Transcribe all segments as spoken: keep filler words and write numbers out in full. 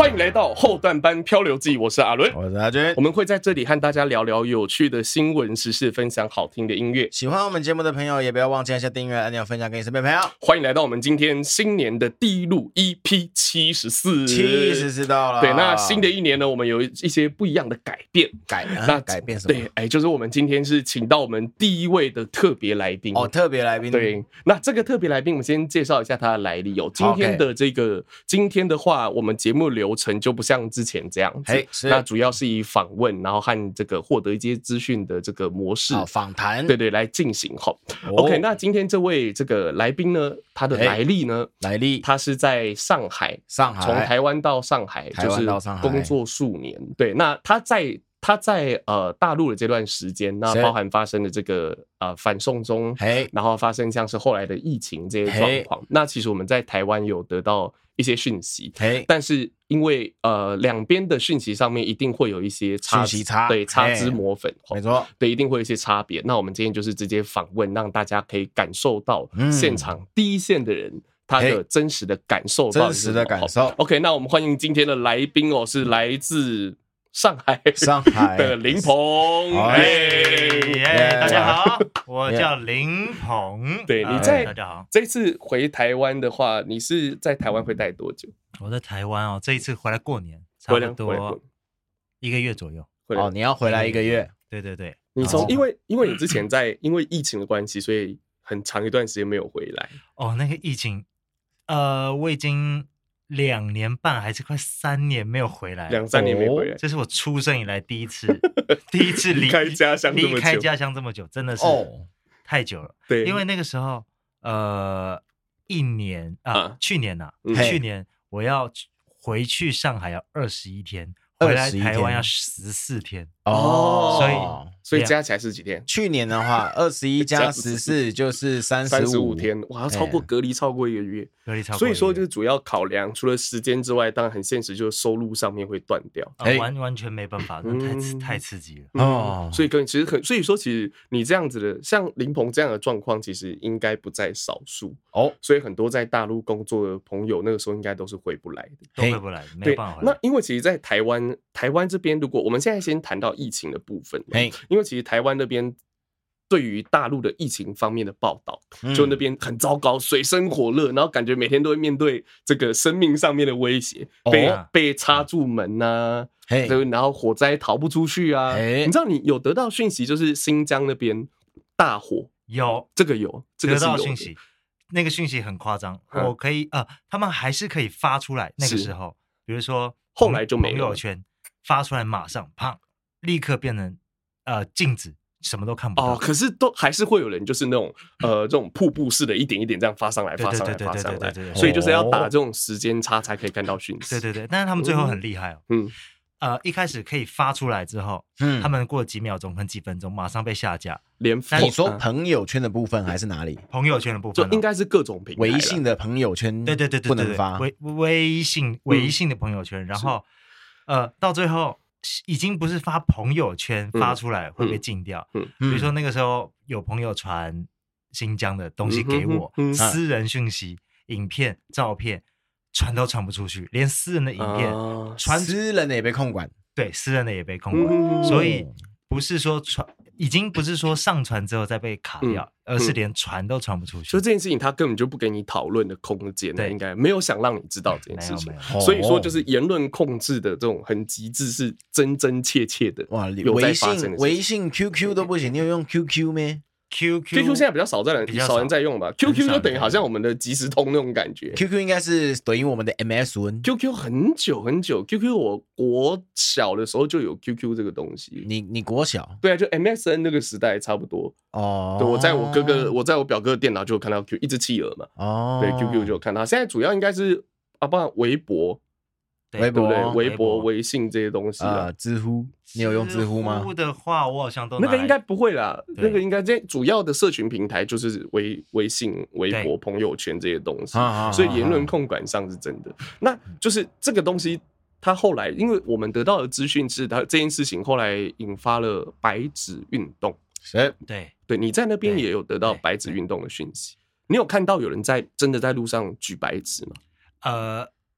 欢迎来到后段班漂流记，我是阿伦， 我是阿军， 我们会在这里和大家聊聊有趣的新闻时事，分享好听的音乐。 喜欢我们节目的朋友，也不要忘记按下订阅按钮，分享给你身边朋友。 欢迎来到我们今天新年的第一录 E P 七十四， 七十四到了。 对，那新的一年呢，我们有一些不一样的改变。 改、啊、 那改变什么？ 对，哎，就是我们今天是请到我们第一位的特别来宾哦，特别来宾。 对，那这个特别来宾，我们先介绍一下他的来历哦。今天的这个， okay. 今天的话，我们节目流程就不像之前这样子， hey, 是那主要是以访问，然后和这个获得一些资讯的这个模式， 访谈， 对对，来进行哈。哦、OK， 那今天这位这个来宾呢，他的来历呢， hey, 来历， 他是在上海， 上海， 从台湾到上海， 台湾到上海， 就是工作数年。对，那他在。他在呃大陆的这段时间，那包含发生的这个呃反送中，然后发生像是后来的疫情这些状况。那其实我们在台湾有得到一些讯息，但是因为呃两边的讯息上面一定会有一些差， 讯息差， 对，差之抹粉， 没错， 对，一定会有一些差别。那我们今天就是直接访问，让大家可以感受到现场第一线的人。他的真实的感受， 真实的感受。 OK， 那我们欢迎今天的来宾哦，是来自上海， 上海的林鹏。 哎，大家好，我叫林鹏。 对，你在大家好， 这次回台湾的话，你是在台湾会待多久？ 我在台湾哦，这一次回来过年，差不多一个月左右。 哦，你要回来一个月？ 对对对， 你从因为因为你之前在因为疫情的关系，所以很长一段时间没有回来。 哦，那个疫情。呃，我已经两年半还是快三年没有回来， 两三年没回来， 哦、这是我出生以来第一次，第一次离开家乡这么久， 离开家乡这么久，真的是太久了。哦、 对， 因为那个时候，呃，一年啊，啊去年呐、啊嗯，去年我要回去上海要二十一天，回来台湾要十四天哦， 所以。 所以加起来是几天？ 去年的话，二十一加十四就是三十五天，哇，超过隔离超过一个月， 隔离超过。 所以说，就是主要考量除了时间之外，当然很现实，就是收入上面会断掉， 呃、完完全没办法，那太、嗯、太刺激了、 嗯、哦。所以跟其实很，所以说其实你这样子的，像林鹏这样的状况，其实应该不在少数哦。所以很多在大陆工作的朋友，那个时候应该都是回不来的， 都回不来，没办法回来。 那因为其实，在台湾，台湾这边，如果我们现在先谈到疫情的部分，因为其实台湾那边。对于大陆的疫情方面的报道，就那边很糟糕，水深火热，然后感觉每天都会面对这个生命上面的威胁，被、哦、被插住门呐、啊，然后火灾逃不出去啊。你知道你有得到讯息，就是新疆那边大火， 有这个有，这个是有得到讯息，那个讯息很夸张，嗯、我可以呃，他们还是可以发出来。那个时候，比如说后来就没朋友圈发出来，马上砰，立刻变成呃静止。什么都看不到哦，可是都还是会有人，就是那种呃，这种瀑布式的，一点一点这样发上来，发上来，发上来，所以就是要打这种时间差才可以看到讯息。 对对对，但是他们最后很厉害哦，嗯，呃，一开始可以发出来之后，嗯，他们过几秒钟跟几分钟，马上被下架。 连你说朋友圈的部分还是哪里？ 朋友圈的部分、 哦、就应该是各种平台， 微信的朋友圈， 对对对对， 不能发微微信微信的朋友圈，然后呃，到最后。已经不是发朋友圈发出来会被禁掉，嗯嗯、比如说那个时候有朋友传新疆的东西给我，嗯、私人讯息、影片、照片传都传不出去，连私人的影片传、 啊，私人的也被控管， 对，私人的也被控管，嗯、所以不是说传。已经不是说上传之后再被卡掉，嗯、而是连传都传不出去。 所以这件事情他根本就不给你讨论的空间，应该没有想让你知道这件事情。所以说，就是言论控制的这种很极致，是真真切切的。 哇， 有在发生的。 微信、Q Q 都不行，你有用 Q Q 吗？ Q Q Q Q 现在比较少在人少人在用吧 ，Q Q 就等于好像我们的即时通那种感觉。 Q Q 应该是等于我们的 M S N。 Q Q 很久很久 ，Q Q 我国小的时候就有 Q Q 这个东西。 你你国小？ 对啊，就 M S N 那个时代差不多。哦，对，我在我哥哥，我在我表哥的电脑就有看到 Q， 一只企鹅嘛。哦，对 ，Q Q 就有看到。现在主要应该是啊，不然微博。 微博、 对不对？微博、微信这些东西啊， 知乎，你有用知乎吗？ 知乎的话，我好像都那个应该不会啦，那个应该这主要的社群平台就是微微信、微博、朋友圈这些东西，所以言论控管上是真的。那就是这个东西，它后来因为我们得到的资讯是，它这件事情后来引发了白纸运动。 是， 对对，你在那边也有得到白纸运动的讯息，你有看到有人在真的在路上举白纸吗？ 呃。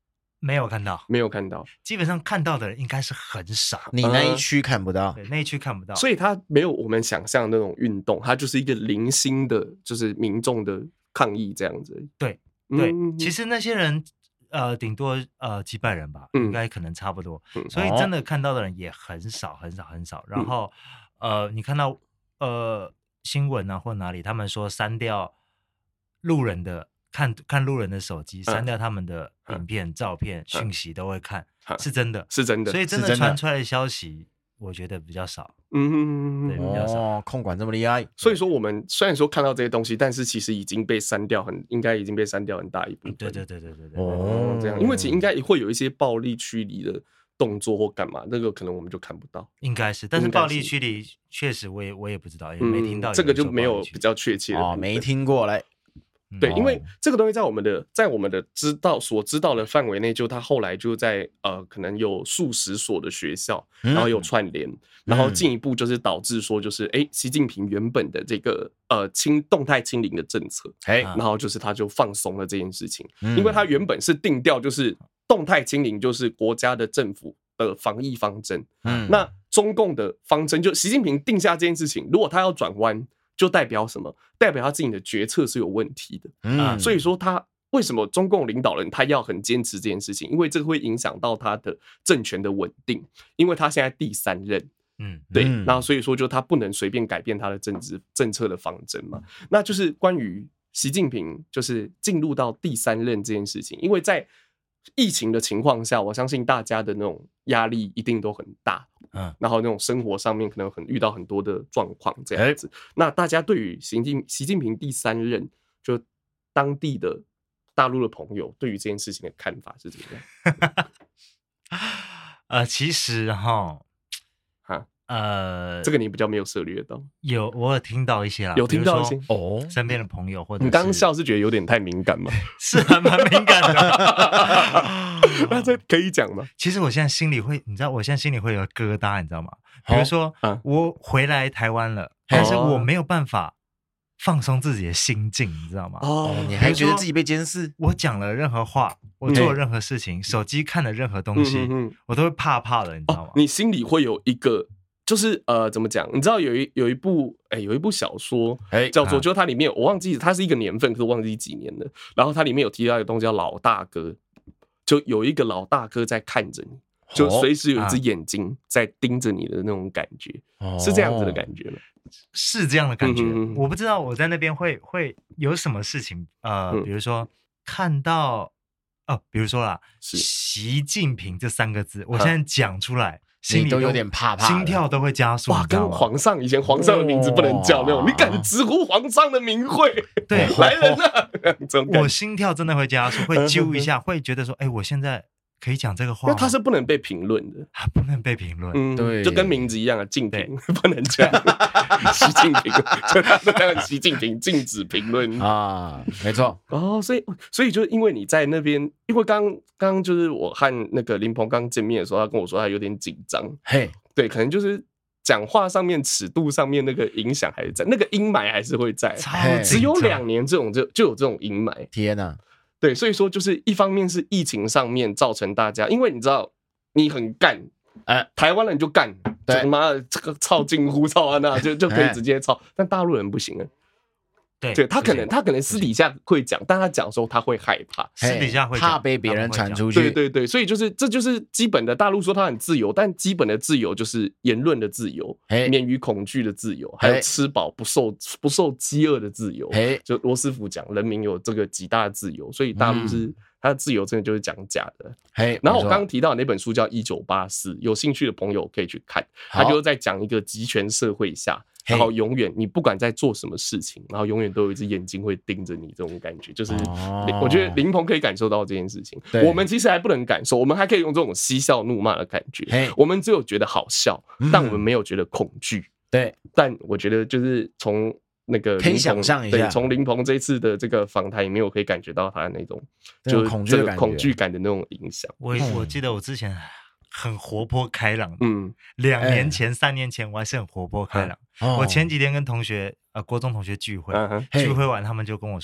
没有看到， 没有看到， 基本上看到的人应该是很少。 你那一区看不到， 对，那一区看不到， 所以它没有我们想象的那种运动，它就是一个零星的，就是民众的抗议这样子。 对对、嗯，其实那些人呃，顶多呃几百人吧，嗯、应该可能差不多、嗯。所以真的看到的人也很少很少很少。然后、嗯、呃，你看到呃新闻啊或哪里，他们说删掉路人的。看看路人的手机，删掉他们的影片、嗯、照片、讯、嗯、息都会看、嗯，是真的， 是真的。 所以真的传出来的消息，我觉得比较少。 嗯， 对，比较少。 哦，控管这么厉害， 所以说我们虽然说看到这些东西，但是其实已经被删掉很，应该已经被删掉很大一部分。 对对对对对对。 哦，这样，因为其实应该会有一些暴力驱离的动作或干嘛，那个可能我们就看不到。 应该是，但是暴力驱离确实我也我也不知道，也没听到、嗯。 这个就没有比较确切的哦，没听过来。 对，因为这个东西在我们的在我们的知道所知道的范围内，就他后来就在呃可能有数十所的学校，然后有串联，嗯、然后进一步就是导致说就是哎，习近平原本的这个呃清动态清零的政策，然后就是他就放松了这件事情，嗯、因为他原本是定调就是动态清零就是国家的政府的防疫方针，嗯，那中共的方针就习近平定下这件事情，如果他要转弯。就代表什么？代表他自己的决策是有问题的。嗯，所以说他为什么中共领导人他要很坚持这件事情？因为这个会影响到他的政权的稳定，因为他现在第三任，嗯，对，然后所以说就他不能随便改变他的政治政策的方针嘛。那就是关于习近平就是进入到第三任这件事情，因为在疫情的情况下，我相信大家的那种压力一定都很大。嗯，然后那种生活上面可能很遇到很多的状况这样子，欸、那大家对于习近习近平第三任就当地的大陆的朋友对于这件事情的看法是怎么样？ 呃，其实哈， 哈，呃，这个你比较没有涉猎到， 有我有听到一些啦， 有听到一些哦，身边的朋友或者你刚刚笑是觉得有点太敏感吗？ 是还蛮敏感的。 那这可以讲吗？ 其实我现在心里会，你知道，我现在心里会有疙瘩，你知道吗？比如说，哦啊、我回来台湾了，但是我没有办法放松自己的心境，你知道吗？ 哦，你还觉得自己被监视？ 我讲了任何话，我做了任何事情，嗯、手机看了任何东西，嗯、哼哼我都会怕怕的，你知道吗？ 哦、你心里会有一个，就是呃，怎么讲？你知道有一有一部哎、欸，有一部小说，哎，叫做，啊、就它里面我忘记它是一个年份，可是我忘记几年了。然后它里面有提到一个东西叫老大哥。就有一个老大哥在看着你，就随时有一只眼睛在盯着你的那种感觉，哦、是这样子的感觉吗？ 是这样的感觉。嗯、我不知道我在那边会会有什么事情，呃，嗯、比如说看到哦，比如说啦，习近平这三个字，我现在讲出来。心里都有点怕怕， 心跳都会加速。 哇，跟皇上以前皇上的名字不能叫那种，你敢直呼皇上的名讳？ 对， 来人了！ 我心跳真的会加速，会揪一下，会觉得说，哎，我现在可以讲这个话吗？ 因为它是不能被评论的， 它不能被评论。 嗯，对，就跟名字一样啊，竞评不能讲。习近平，就他的那个习近平禁止评论啊，没错。 哦，所以所以就因为你在那边，因为刚刚就是我和那个林鹏刚见面的时候，他跟我说他有点紧张，嘿，对，可能就是讲话上面尺度上面那个影响还是在，那个阴霾还是会在，只有两年这种就就有这种阴霾。 天哪！ 对，所以说就是一方面是疫情上面造成大家，因为你知道你很干，哎，台湾人就干，就他妈的这个操近乎操啊那就就可以直接操，但大陆人不行啊。 对， 对他可能他可能私底下会讲，但他讲的时候他会害怕， 私底下会怕被别人传出去。 对对对，所以就是这就是基本的。大陆说他很自由，但基本的自由就是言论的自由，免于恐惧的自由，还有吃饱不受不受饥饿的自由。就罗斯福讲，人民有这个极大的自由，所以大陆是。他的自由真的就是讲假的，嘿。然后我刚刚提到的那本书叫《一九八四》，有兴趣的朋友可以去看。他就是在讲一个集权社会下，然后永远你不管在做什么事情，然后永远都有一只眼睛会盯着你，这种感觉就是，我觉得林鹏可以感受到这件事情。我们其实还不能感受，我们还可以用这种嬉笑怒骂的感觉。我们只有觉得好笑，但我们没有觉得恐惧。 对， 但我觉得就是从。那个可以想象一下， 对，从林鹏这次的这个访谈里面，我可以感觉到他的那种就是这个恐惧感的那种影响。 我我记得我之前很活泼开朗，嗯，两年前、欸、三年前我还是很活泼开朗。哦、我前几天跟同学呃国中同学聚会，嗯、聚会完他们就跟我说，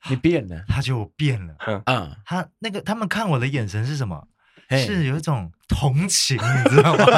你变了， 他就变了。嗯，他那个他们看我的眼神是什么？是有一种同情，你知道吗？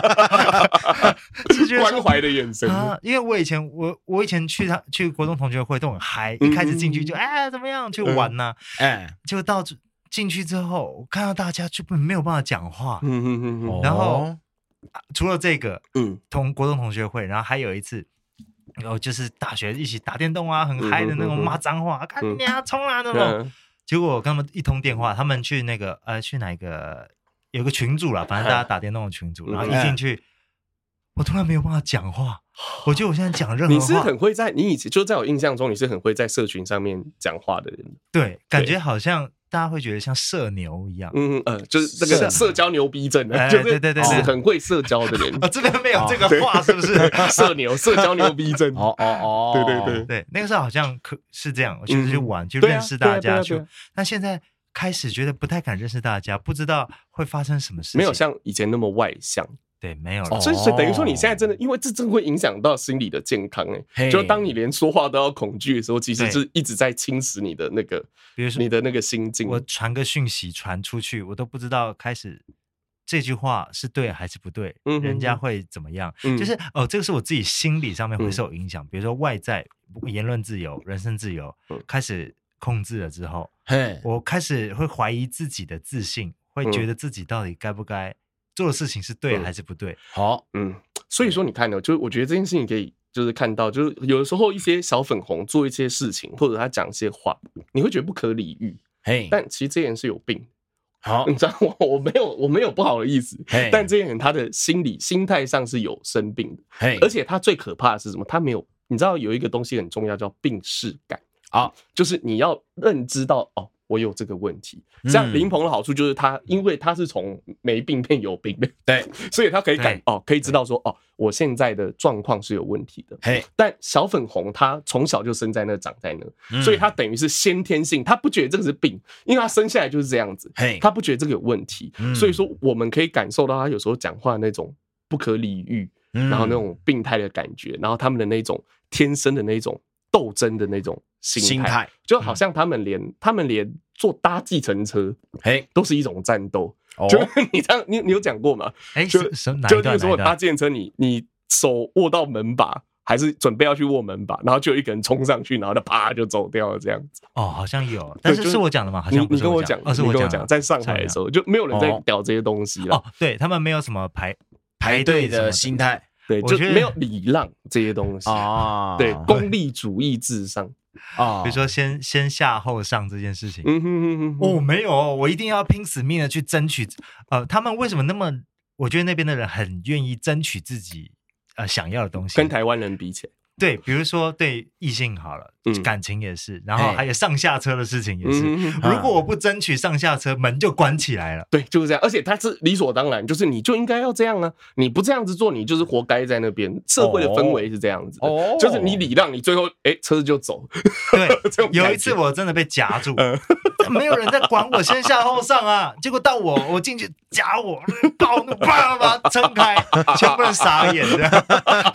关怀的眼神啊！因为我以前我我以前去他去国中同学会都很嗨，一开始进去就哎怎么样去玩呢？哎，就到进去之后，我看到大家就没有办法讲话。嗯嗯嗯。然后除了这个，嗯，同国中同学会，然后还有一次。然后就是大学一起打电动啊，很嗨的那种骂脏话，看你啊冲啊那种。结果我跟他们一通电话，他们去那个呃去哪个有个群组啦，反正大家打电动的群组，然后一进去，我突然没有办法讲话。我觉得我现在讲任何话， 你是很会在你以前就在我印象中，你是很会在社群上面讲话的人。 对，感觉好像。大家会觉得像社牛一样， 嗯呃，就是那个社交牛逼症的，就是对对对，很会社交的人。 啊，这边没有这个话，是不是？ 社牛，社交牛逼症。 哦哦哦， 对对对对，那个时候好像可是这样，就是去玩，去认识大家，去。但现在开始觉得不太敢认识大家，不知道会发生什么事情， 没有像以前那么外向。 对，没有了。 所以，所以等于说，你现在真的，因为这真的会影响到心理的健康哎、欸。就当你连说话都要恐惧的时候，其实是一直在侵蚀你的那个，比如说你的那个心境。 我传个讯息传出去，我都不知道开始这句话是对还是不对，嗯、人家会怎么样？嗯、就是哦，这个是我自己心理上面会受影响。嗯、比如说外在言论自由、人身自由、嗯、开始控制了之后，我开始会怀疑自己的自信，会觉得自己到底该不该。做的事情是对还是不对？ 好，嗯，所以说你看呢，就是我觉得这件事情可以就是看到，就是有的时候一些小粉红做一些事情，或者他讲一些话，你会觉得不可理喻，嘿，但其实这些人是有病。好，你知道我我没有我没有不好的意思，但这些人他的心理心态上是有生病的，嘿，而且他最可怕的是什么？他没有，你知道有一个东西很重要，叫病识感啊，就是你要认知到哦。我有这个问题，像林鹏的好处就是他，因为他是从没病变有病的，对，所以他可以感哦，可以知道说哦，我现在的状况是有问题的。嘿，但小粉红他从小就生在那，长在那，嗯、所以他等于是先天性，他不觉得这个是病，因为他生下来就是这样子，嘿，他不觉得这个有问题，嗯、所以说我们可以感受到他有时候讲话那种不可理喻，嗯、然后那种病态的感觉，然后他们的那种天生的那种斗争的那种。心态就好像他们连、嗯、他们连坐搭计程车，嘿，都是一种战斗。哦、就你这样，你你有讲过吗？ 哎、欸， 就就那个时候搭计程车，你你手握到门把，还是准备要去握门把，然后就有一个人冲上去，然后就啪就走掉了这样子。 哦，好像有，但是是我讲的吗？好像不是我讲， 哦，是我讲。在上海的时候，就没有人在屌这些东西了。 哦，对他们没有什么排排队的心态， 对，就没有礼让这些东西啊。对，功利主义至上。 啊，比如说先先下后上这件事情，嗯哼哼哼，哦，没有，我一定要拼死命的去争取。呃，他们为什么那么？我觉得那边的人很愿意争取自己呃想要的东西， 跟台湾人比起来。 对，比如说对异性好了，嗯、感情也是，然后还有上下车的事情也是。嗯、如果我不争取上下车，门就关起来了。 对，就是这样。而且它是理所当然，就是你就应该要这样啊！你不这样子做，你就是活该在那边。社会的氛围是这样子的，哦、就是你礼让，你最后哎、欸、车就走。 对，有一次我真的被夹住，嗯、没有人在管我先下后上啊，结果到我我进去夹我，暴怒，啪把它撑开，全部人傻眼这样。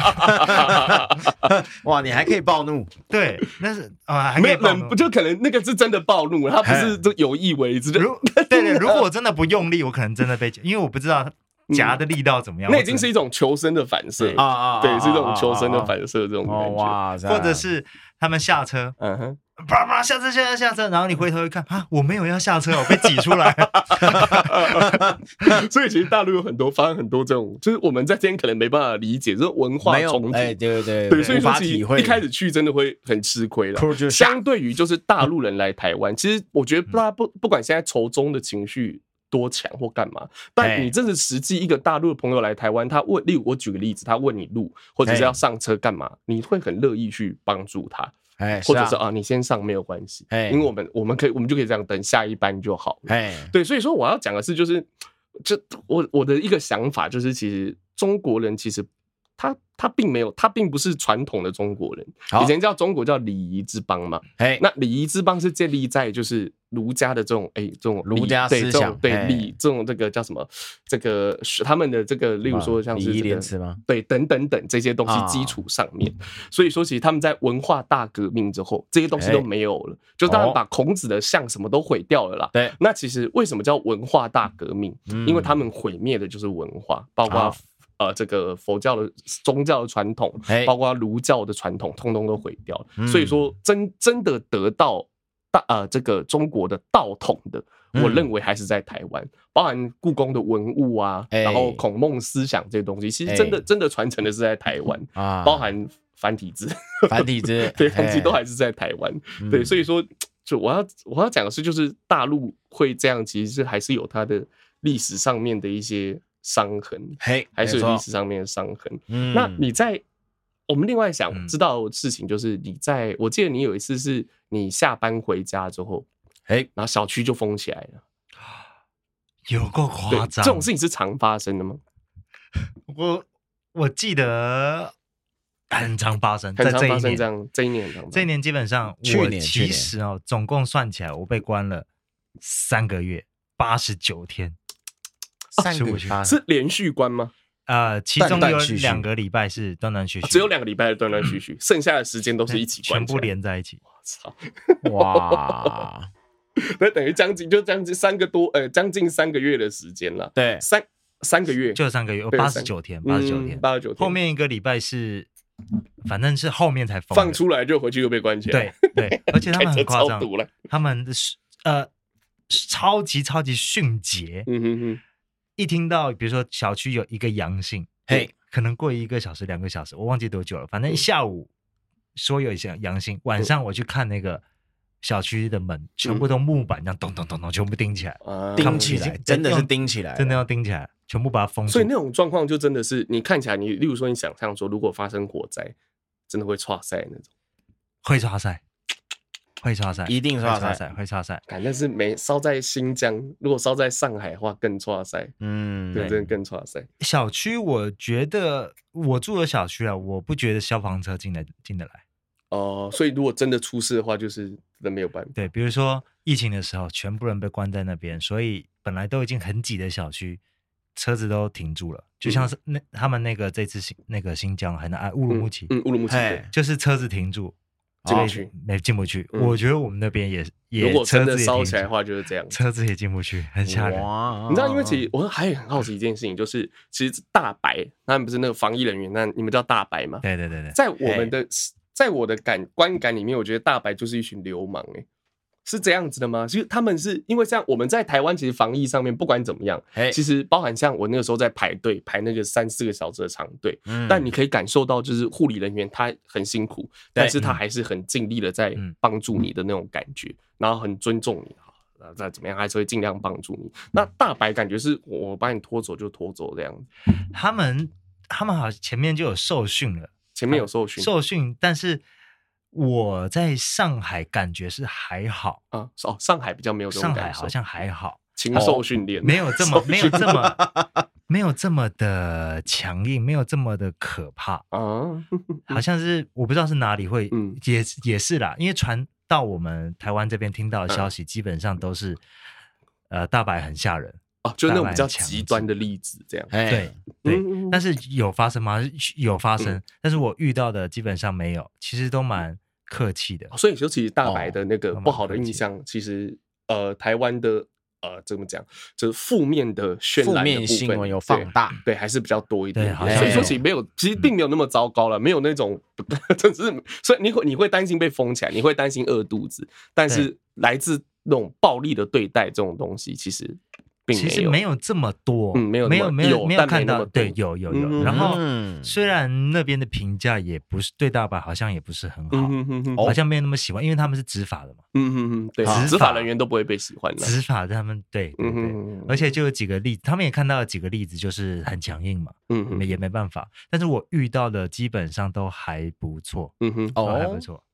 哇，你还可以暴怒？ 对，但是啊，还可以暴怒， 不就可能那个是真的暴怒，他不是有意为之。 如对对，如果我真的不用力，我可能真的被夹，因为我不知道夹的力道怎么样。 那已经是一种求生的反射啊啊！对，是这种求生的反射这种感觉。哇， 或者是他们下车，嗯哼。啪啪下车下车下车，然后你回头一看啊，我没有要下车，我被挤出来。 所以其实大陆有很多发生很多这种，就是我们在这边可能没办法理解，这种文化冲突。 哎，对对对，所以说其实一开始去真的会很吃亏了。相对于就是大陆人来台湾，其实我觉得不不不管现在仇中的情绪多强或干嘛，但你真的实际一个大陆的朋友来台湾，他问，例如我举个例子，他问你路或者是要上车干嘛，你会很乐意去帮助他。哎，或者是啊，你先上没有关系，因为我们我们可以我们就可以这样等下一班就好了。哎，对，所以说我要讲的是，就是就我我的一个想法就是，其实中国人其实他他并没有，他并不是传统的中国人。以前叫中国叫礼仪之邦嘛，那礼仪之邦是建立在就是儒家的这种哎、欸、这种儒家思想， 对礼这种这个叫什么这个他们的这个，例如说像是、这个、 礼义廉耻吗？ 对，等等等这些东西基础上面，哦、所以说其实他们在文化大革命之后，这些东西都没有了，就当然把孔子的像什么都毁掉了啦。 对， 那其实为什么叫文化大革命？嗯、因为他们毁灭的就是文化，包括、哦。呃，这个佛教的宗教的传统，包括儒教的传统，通通都毁掉了。嗯、所以说真，真真的得到大呃这个中国的道统的，我认为还是在台湾，包含故宫的文物啊，欸、然后孔孟思想这些东西，其实真的、欸、真的传承的是在台湾啊，包含繁体字， 繁体字对，东西都还是在台湾。欸、对，所以说，就我要我要讲的是，就是大陆会这样，其实是还是有它的历史上面的一些。伤痕， 嘿， 还是有历史上面的伤痕。嗯，那你在我们另外想知道的事情，就是你在，我记得你有一次是你下班回家之后，哎，然后小区就封起来了， 有够夸张。 这种事情是常发生的吗？ 我我记得很常发生， 很常在这一年， 发生这样，这一年， 这一年基本上，我其实哦，总共算起来，我被关了三个月，八十九天。 三个月是连续关吗？ 呃，其中有两个礼拜是断断续续， 只有两个礼拜是断断续续，剩下的时间都是一起关， 全部连在一起。 我操！ 哇， 那等于将近就将近三个多呃，将近三个月的时间了。 对， 三三个月就三个月，八十九天，八十九天， 八十九天。 后面一个礼拜是，反正是后面才封， 放出来就回去又被关起来。 对对，而且他们很夸张，他们呃超级超级迅捷。嗯哼哼。一听到比如说小区有一个阳性，嘿，可能过一个小时两个小时，我忘记多久了，反正下午说有一些阳性，晚上我去看那个小区的门，全部都木板这样咚咚咚咚全部钉起来， 钉起来，真的是钉起来， 真的要钉起来，全部把它封住。 所以那种状况就真的是你看起来，你例如说你想象说，如果发生火灾，真的会剉赛那种， 会剉赛。会剉赛， 一定剉赛， 会剉赛。 但是没烧在新疆，如果烧在上海的话更剉赛。嗯，对，真的更剉赛。 小区，我觉得我住的小区啊，我不觉得消防车进来进得来。 哦、呃，所以如果真的出事的话，就是真的没有办法。 对，比如说疫情的时候，全部人被关在那边，所以本来都已经很挤的小区，车子都停住了。就像是那、嗯、他们那个这次新那个新疆很爱乌鲁木齐， 嗯，乌鲁木齐就是车子停住。 进不去， 没进不去、嗯。我觉得我们那边也也， 如果真的烧起来的话，就是这样， 车子也进不去，很吓人。 你知道，因为其实我还很好奇一件事情，就是其实大白他们不是那个防疫人员，那你们叫大白吗？ 对对对对， 在我们的，在我的感观感里面，我觉得大白就是一群流氓、欸，哎，是这样子的吗？其实他们是因为像我们在台湾，其实防疫上面不管怎么样，其实包含像我那个时候在排队排那个三四个小时的长队、嗯，但你可以感受到就是护理人员他很辛苦，但是他还是很尽力的在帮助你的那种感觉，嗯、然后很尊重你，再怎么样还是会尽量帮助你。那大白感觉是我把你拖走就拖走这样子， 他们他们好像前面就有受训了， 前面有受训， 受训，但是。我在上海感觉是还好啊，哦，上海比较没有这种感受， 上海好像还好， 禽兽训练、 哦、没有这么没有这么没有这么的强硬，没有这么的可怕啊，好像是我不知道是哪里会，嗯，也也是啦，因为传到我们台湾这边听到的消息，嗯、基本上都是呃大白很吓人。 哦，就是那种比较极端的例子，这样。 对对、嗯，但是有发生吗？有发生、嗯，但是我遇到的基本上没有，其实都蛮客气的。 所以说，其实大白的那个不好的印象，哦、其实呃，台湾的呃，怎么讲，就是负面的渲染的部分， 负面新闻有放大， 对，对还是比较多一点。所以说，其实没有，其实并没有那么糟糕了，嗯、没有那种，就是，所以你会你会担心被封起来，你会担心饿肚子，但是来自那种暴力的对待这种东西，其实。 其实没有这么多， 嗯，没有没有没有没有看到，对，有有有。 嗯、 然后、嗯、虽然那边的评价也不是对大白好像也不是很好，嗯哼哼好像没有那么喜欢，因为他们是执法的嘛， 嗯哼哼，对，执法人员都不会被喜欢的。 执法他们对对对、嗯，而且就有几个例子，他们也看到了几个例子，就是很强硬嘛，嗯，也没办法。但是我遇到的基本上都还不错，嗯哼，都还不错。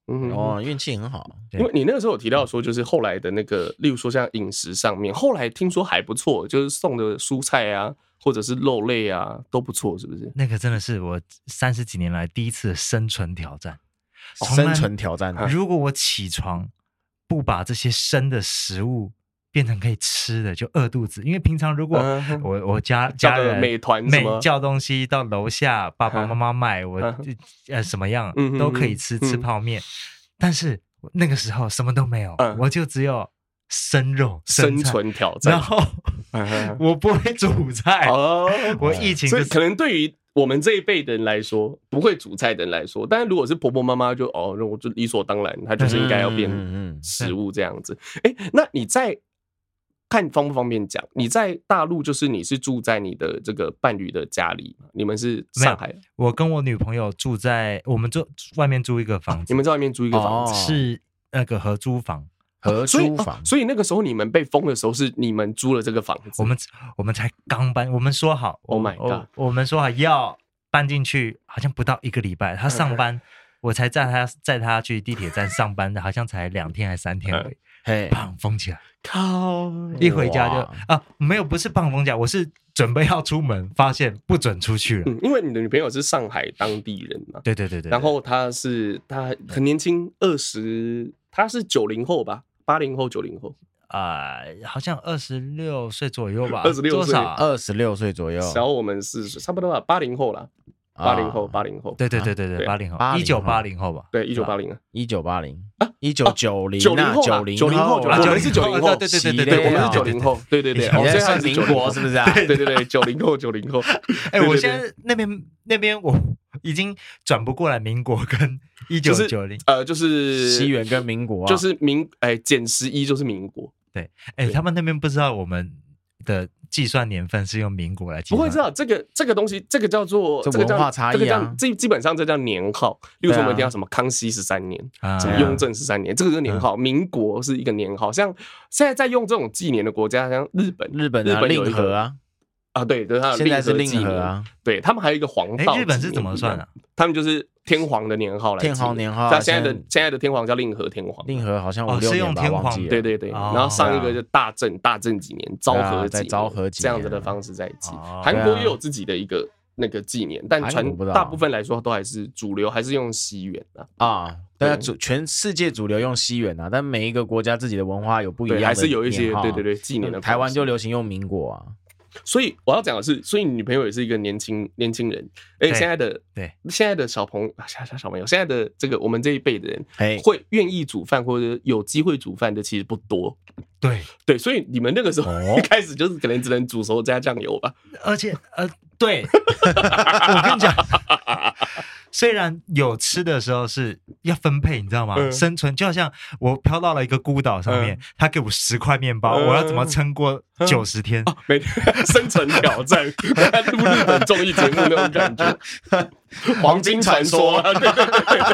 嗯哦，运气很好。 因为你那个时候有提到说，就是后来的那个，例如说像饮食上面，后来听说还不错，就是送的蔬菜啊，或者是肉类啊，都不错，是不是？ 那个真的是我三十几年来第一次的生存挑战。 生存挑战。 如果我起床不把这些生的食物变成可以吃的，就饿肚子。因为平常如果我我家家人美团每叫东西到楼下，爸爸妈妈买，我呃什么样都可以吃，吃泡面。但是那个时候什么都没有，我就只有生肉生存挑战。 然后我不会煮菜，我疫情所以可能对于我们这一辈的人来说，不会煮菜的人来说，但是如果是婆婆妈妈就哦，我就理所当然，她就是应该要变食物这样子。哎、嗯，那你在看方不方便讲？你在大陆就是你是住在你的这个伴侣的家里吗？你们是上海？ 我跟我女朋友住在我们住外面租一个房子， 你们在外面租一个房子、 哦、是那个合租房。 合租房、 哦，所以那个时候你们被封的时候，是你们租了这个房子。 我们我们才刚搬，我们说好 ，Oh my god， 我, 我们说好要搬进去，好像不到一个礼拜，他上班，我才载他载他去地铁站上班的，好像才两天还三天而已， 嘿， 砰封起来， 靠！ 一回家就啊，没有，不是砰封起来，我是准备要出门，发现不准出去了、 嗯，因为你的女朋友是上海当地人嘛， 对对对 对, 對， 然后她是她很年轻，二十，她是九零后吧。八零后、九零后啊、呃，好像二十六岁左右吧， 二十六岁， 二十六岁左右， 小我们四岁，差不多吧，八零后啦，八零后，八零后， 对对对对对，八零后，一九八零后吧， 对，一九八零啊， 一九八零啊，一九九零， 九零后，九零后，我们是九零后， 对对对对对， 我们是九零后，对对对， 我现在是民国是不是啊？ 对对对，九零后，九零后， 哎，我现在那边那边我已经转不过来，民国跟一九九零， 呃，就是西元跟民国， 就是民，哎，减十一就是民国。 对，哎，他们那边不知道我们的计算年份是用民国来计算， 不会知道这个这个东西，这个叫做这文化差异啊， 这基本上这叫年号。例如说我们一定要什么康熙十三年，什么雍正十三年，这个是年号。民国是一个年号，像现在在用这种纪年的国家，像日本， 日本日本令和啊。 啊，对，对，它现在是令和啊， 对他们还有一个黄道。 日本是怎么算的、啊？ 他们就是天皇的年号来。 天皇年号， 那现在的现在的天皇叫令和天皇。 令和好像五六年吧，忘记了。 对对对，然后上一个就大正，大正几年，昭和几年， 昭和几这样子的方式在记。韩国也有自己的一个那个纪年，但传大部分来说都还是主流还是用西元啊。 啊，对啊，主全世界主流用西元啊，但每一个国家自己的文化有不一样的， 还是有一些对对对纪年的。 台湾就流行用民国啊。 所以我要讲的是，所以你女朋友也是一个年轻年轻人，而且现在的对现在的小朋友小小朋友，现在的这个我们这一辈的人，会愿意煮饭或者有机会煮饭的其实不多。 对对，所以你们那个时候一开始就是可能只能煮熟加酱油吧。 而且呃，对，我跟你讲。虽然有吃的时候是要分配，你知道吗？嗯、生存就好像我飘到了一个孤岛上面，嗯、他给我十块面包，嗯、我要怎么撑过九十天？ 嗯哦、每天生存挑战，录日本综艺节目那种感觉，黄金传说、啊。对对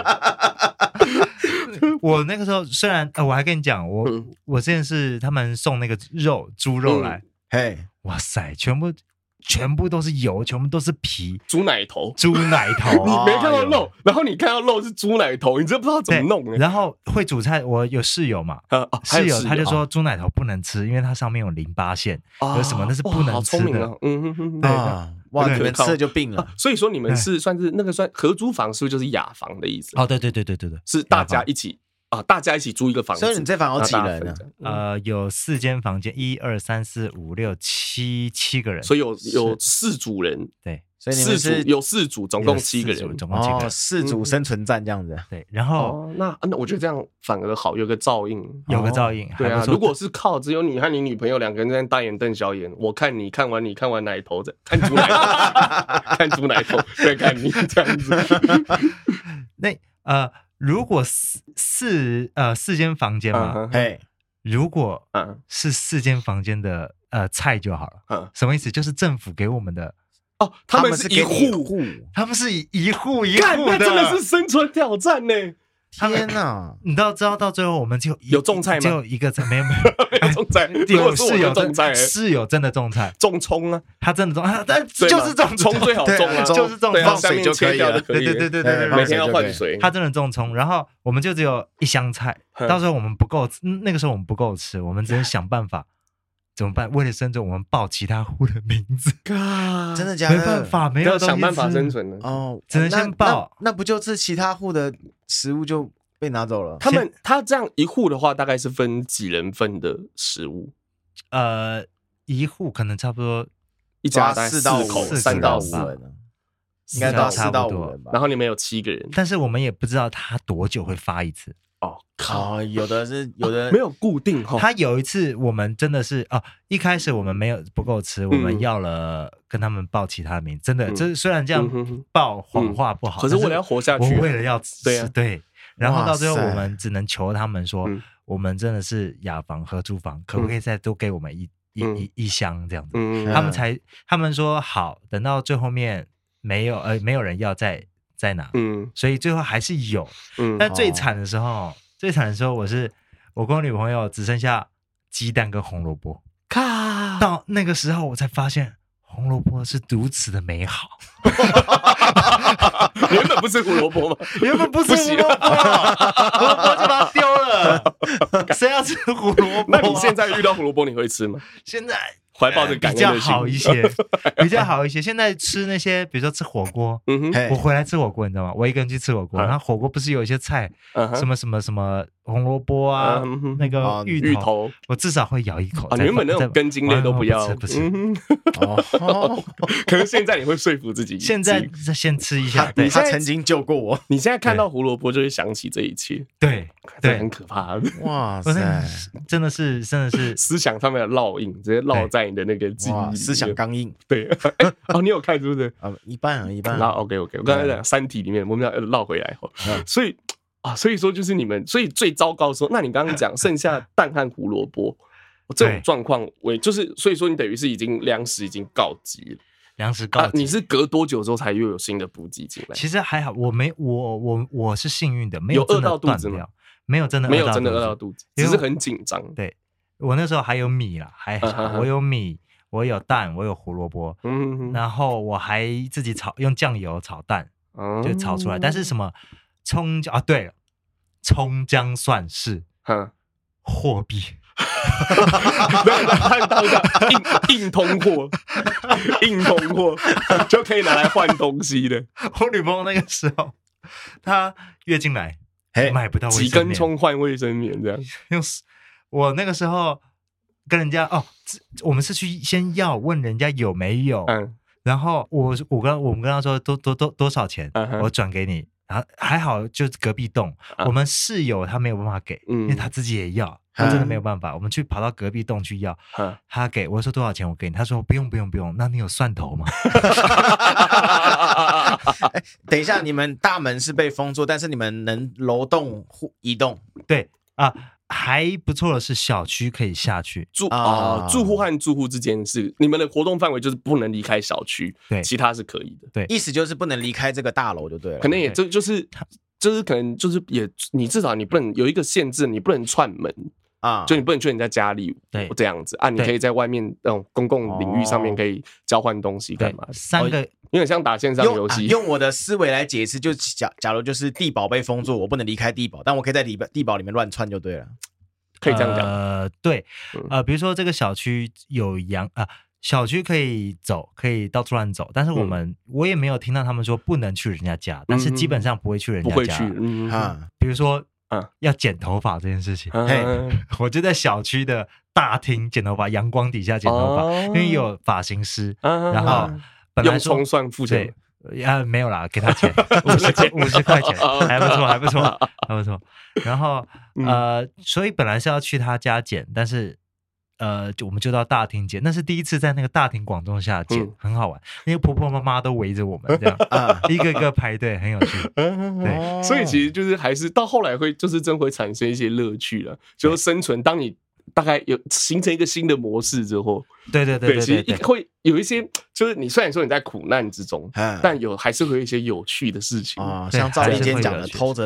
对我那个时候虽然，呃、我还跟你讲，我、嗯、我之前是他们送那个肉猪肉来， 嘿、 嗯，哇塞，全部。全部都是油，全部都是皮， 猪奶头， 猪奶头， 你没看到肉，然后你看到肉是猪奶头，你真不知道怎么弄。 然后会煮菜，我有室友嘛， 呃哦、 室友他就说猪奶头不能吃，因为它上面有淋巴腺，有什么那是不能吃的。 哦、嗯哼哼， 对啊，哇，你们吃了就病了、啊。 所以说你们是算是那个算合租房，是不是就是雅房的意思？ 哦，对对对对对对， 是大家一起。啊，大家一起租一个房子， 所以你这房有几人呢？ 呃，有四间房间，一二三四五六七七个人， 所以有有四组人， 对， 所以你们是有四组，总共七个人， 总共七个人， 哦，四组生存战这样子。 对，然后、 哦、那那我觉得这样反而好，有个照应， 有个照应。 对啊，如果是靠只有你和你女朋友两个人在大眼瞪小眼，我看你看完你看完奶头的，看猪奶头，看猪奶头，再看你这样子。 那呃。如果四四呃四间房间嘛， 嘿、uh， huh. 如果是四间房间的呃菜就好了，嗯、uh， huh. 什么意思？就是政府给我们的哦，他们是一户户， 他们是一户一户的， 那真的是生存挑战呢。 天哪！ 你到知道到最后我们就有种菜吗？ 只有一个菜，没有没有有种菜， 有是有种菜， 是有真的种菜， 种葱啊， 他真的种，但就是种葱最好种啊， 就是种放水就可以了， 对对对对对， 每天要换水。 他真的种葱，然后我们就只有一箱菜，到时候我们不够，那个时候我们不够吃，我们只能想办法。怎么办？为了生存，我们报其他户的名字。 真的假的？ 没办法，没有要想办法生存了。 哦， 只能先报。 那不就是其他户的食物就被拿走了？ 他们他这样一户的话，大概是分几人份的食物？ 呃，一户可能差不多一家大概四到口， 四三到五人，应该到四到五人吧。 然后你们有七个人， 但是我们也不知道他多久会发一次。 哦靠！ 有的是有的没有固定哈。 他有一次我们真的是哦，一开始我们没有不够吃，我们要了跟他们报其他名，真的，这虽然这样报谎话不好， 可是为了要活下去， 我为了要吃， 对对。然后到最后我们只能求他们说，我们真的是雅房合租房，可不可以再多给我们一一一一箱这样子？他们才他们说好，等到最后面没有呃没有人要再。在哪？嗯，所以最后还是有，嗯，但最惨的时候，哦、最惨的时候，我是我跟我女朋友只剩下鸡蛋跟红萝卜， 咔， 到那个时候我才发现红萝卜是如此的美好。 原本不是胡萝卜吗？ 原本不是胡萝卜，胡萝卜就把它丢了。谁要吃胡萝卜？ 那你现在遇到胡萝卜你会吃吗？ 现在。 怀抱着感恩的心， 比较好一些，比较好一些。现在吃那些，比如说吃火锅，嗯哼，我回来吃火锅，你知道吗？我一个人去吃火锅，然后火锅不是有一些菜，什么什么什么红萝卜啊，那个芋头，我至少会咬一口。 原本那种根茎类都不要， 不吃。 哦，可是现在你会说服自己， 现在先吃一下。 他曾经救过我， 你现在看到胡萝卜就会想起这一切， 对对， 很可怕。 哇塞， 真的是真的是思想上面的烙印，直接烙在。你的那个记忆， 思想刚硬， 对，欸、哦，你有看是不是？ 啊，一半啊，一半。 然后 OK OK， 我刚才讲《三体》里面，我们要绕回来哈，所以啊，所以说就是你们，所以最糟糕的时候，那你刚刚讲剩下蛋和胡萝卜这种状况，为就是所以说你等于是已经粮食已经告急了， 粮食告急、啊， 你是隔多久之后才又有新的补给进来？ 其实还好，我没我我我是幸运的，没有饿到肚子吗？ 没有真的没有真的饿到肚子，只是很紧张。 对。我那时候还有米啦，还好，我有米，我有蛋，我有胡萝卜，嗯，然后我还自己炒，用酱油炒蛋，就炒出来。但是什么葱啊？对了，葱姜蒜是货币， 看到的硬硬通货，硬通货就可以拿来换东西的。 我女朋友那个时候，她月经来，买不到卫生棉， 几根葱换卫生棉这样用。我那个时候跟人家哦，我们是去先要问人家有没有，嗯，然后我我跟我们跟他说多多多多少钱，嗯、我转给你，然后还好就隔壁栋，嗯、我们室友他没有办法给，嗯、因为他自己也要，他真的没有办法，嗯、我们去跑到隔壁栋去要，嗯、他给我说多少钱我给你，他说不用不用不用，那你有蒜头吗？ 欸、等一下，你们大门是被封住，但是你们能楼栋移动， 对啊。还不错的是，小区可以下去住啊，住户和住户之间是你们的活动范围，就是不能离开小区，对，其他是可以的， 对， 意思就是不能离开这个大楼就对了， 可能也就就是就是可能就是也你至少你不能有一个限制，你不能串门啊，就你不能去人家家里，对，这样子啊，你可以在外面那种公共领域上面可以交换东西干嘛？ 三个。 有点像打线上游戏、 啊。用我的思维来解释，就假假如就是地堡被封住，我不能离开地堡，但我可以在地地堡里面乱窜就对了， 可以这样讲。 呃，对，呃，比如说这个小区有羊啊、呃，小区可以走，可以到处乱走，但是我们、嗯、我也没有听到他们说不能去人家家，但是基本上不会去人家家， 不会去。嗯啊，比如说。嗯，要剪头发这件事情，嗯、嘿，我就在小区的大厅剪头发，阳光底下剪头发，哦、因为有发型师，嗯、然后本来说用葱蒜付钱， 啊没有啦，给他钱五十块五十块钱，还不错，还不错，还不错。然后呃，所以本来是要去他家剪，但是。呃，就我们就到大厅剪，那是第一次在那个大庭广众下剪，嗯、很好玩。那个婆婆妈妈都围着我们这样，啊、一个一个排队，很有趣。对， 所以其实就是还是到后来会就是真会产生一些乐趣了，就是生存。当你大概有形成一个新的模式之后， 对对对 对, 对, 对， 其实会有一些，就是你虽然说你在苦难之中，但有还是会有一些有趣的事情啊，像赵立坚讲的偷着乐。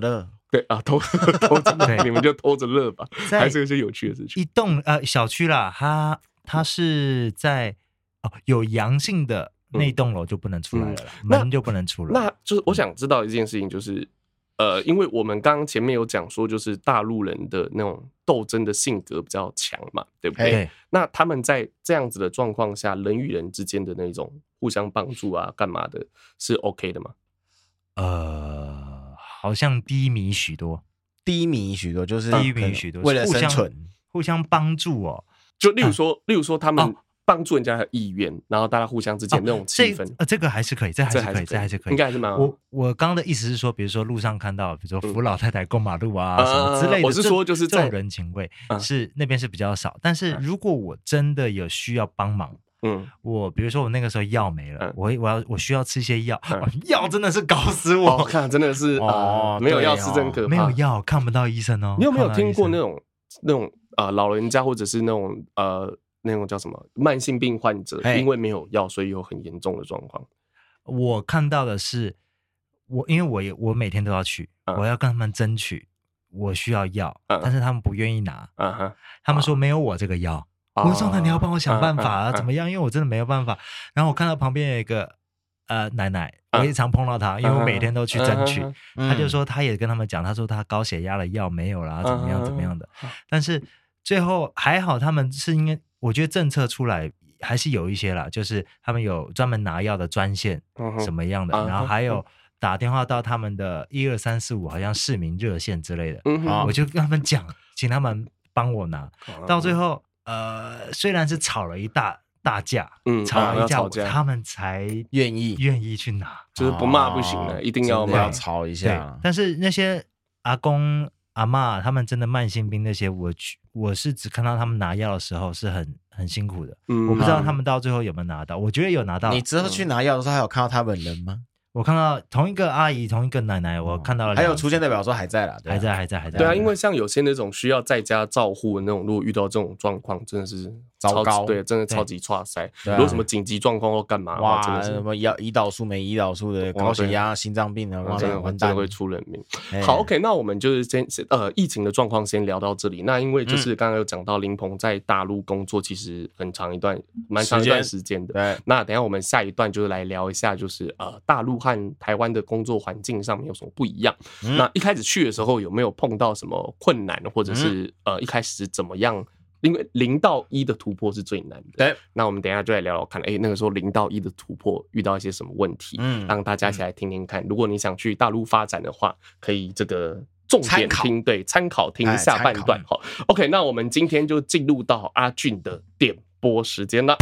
对啊，偷偷着，你们就偷着乐吧，还是有些有趣的事情。 一栋呃小区啦，它它是在哦有阳性的那栋楼就不能出来了啦，嗯、门就不能出来。 那就是我想知道一件事情，就是呃，因为我们刚刚前面有讲说，就是大陆人的那种斗争的性格比较强嘛，对不对？ 对。 那他们在这样子的状况下，人与人之间的那种互相帮助啊，干嘛的，是 OK 的吗？ 呃，好像低迷许多， 低迷许多，就是低迷许多， 为了生存， 互相帮助哦。 就例如说，啊、例如说他们帮助人家的意愿，然后大家互相之间那种气氛， 哦、这呃，这个还是可以，这还是可以，这还是可以， 应该还是蛮好。 我我刚刚的意思是说，比如说路上看到，比如说扶老太太过马路啊、嗯、什么之类的， 我是说就是这种人情味、嗯、是那边是比较少。但是如果我真的有需要帮忙。嗯，我比如说我那个时候药没了，嗯、我我要我需要吃一些药，嗯、药真的是搞死我， 哦、看真的是哦、呃，没有药吃真可怕， 没有药看不到医生哦。 你有没有听过那种那种呃老人家或者是那种呃那种叫什么慢性病患者，因为没有药，所以有很严重的状况？ 我看到的是，我因为我也我每天都要去，嗯、我要跟他们争取我需要药，嗯、但是他们不愿意拿，嗯、他们说没有我这个药。我说那你要帮我想办法啊，怎么样？因为我真的没有办法。然后我看到旁边有一个呃奶奶，我也常碰到她，因为我每天都去争取。她就说她也跟他们讲，她说她高血压的药没有啦，怎么样怎么样的。但是最后还好，他们是应该，我觉得政策出来还是有一些啦，就是他们有专门拿药的专线什么样的，然后还有打电话到他们的一二三四五好像市民热线之类的，我就跟他们讲，请他们帮我拿，到最后。呃，虽然是吵了一大大架，嗯，吵了一架，他们才愿意愿意去拿， 就是不骂不行的，哦、一定要要吵一下。 但是那些阿公阿嬷他们真的慢性病那些，我我是只看到他们拿药的时候是很很辛苦的，嗯、我不知道他们到最后有没有拿到。我觉得有拿到。 你之后去拿药的时候，还有看到他本人吗？ 我看到同一个阿姨，同一个奶奶，我看到了， 还有出现代表说还在啦， 还在，还在，还在。 对啊，因为像有些那种需要在家照护的那种，如果遇到这种状况，真的是糟糕， 对，真的超级剉塞。如果什么紧急状况或干嘛，哇，真的是什么胰胰岛素没胰岛素的，高血压、心脏病的， 真的真的会出人命。好 ，OK， 那我们就是先呃疫情的状况先聊到这里。那因为就是刚刚有讲到林鹏在大陆工作，其实很长一段蛮长一段时间的。 对， 那等一下我们下一段就是来聊一下，就是呃大陆和台湾的工作环境上面有什么不一样？嗯、那一开始去的时候有没有碰到什么困难，或者是、嗯、呃一开始怎么样？因为零到一的突破是最难的。 对， 那我们等一下就来聊聊看，哎、欸，那个时候零到一的突破遇到一些什么问题？嗯，让大家一起来听听看。如果你想去大陆发展的话，可以这个重点听，对，参考听下半段。好 ，OK， 那我们今天就进入到阿俊的点播时间了。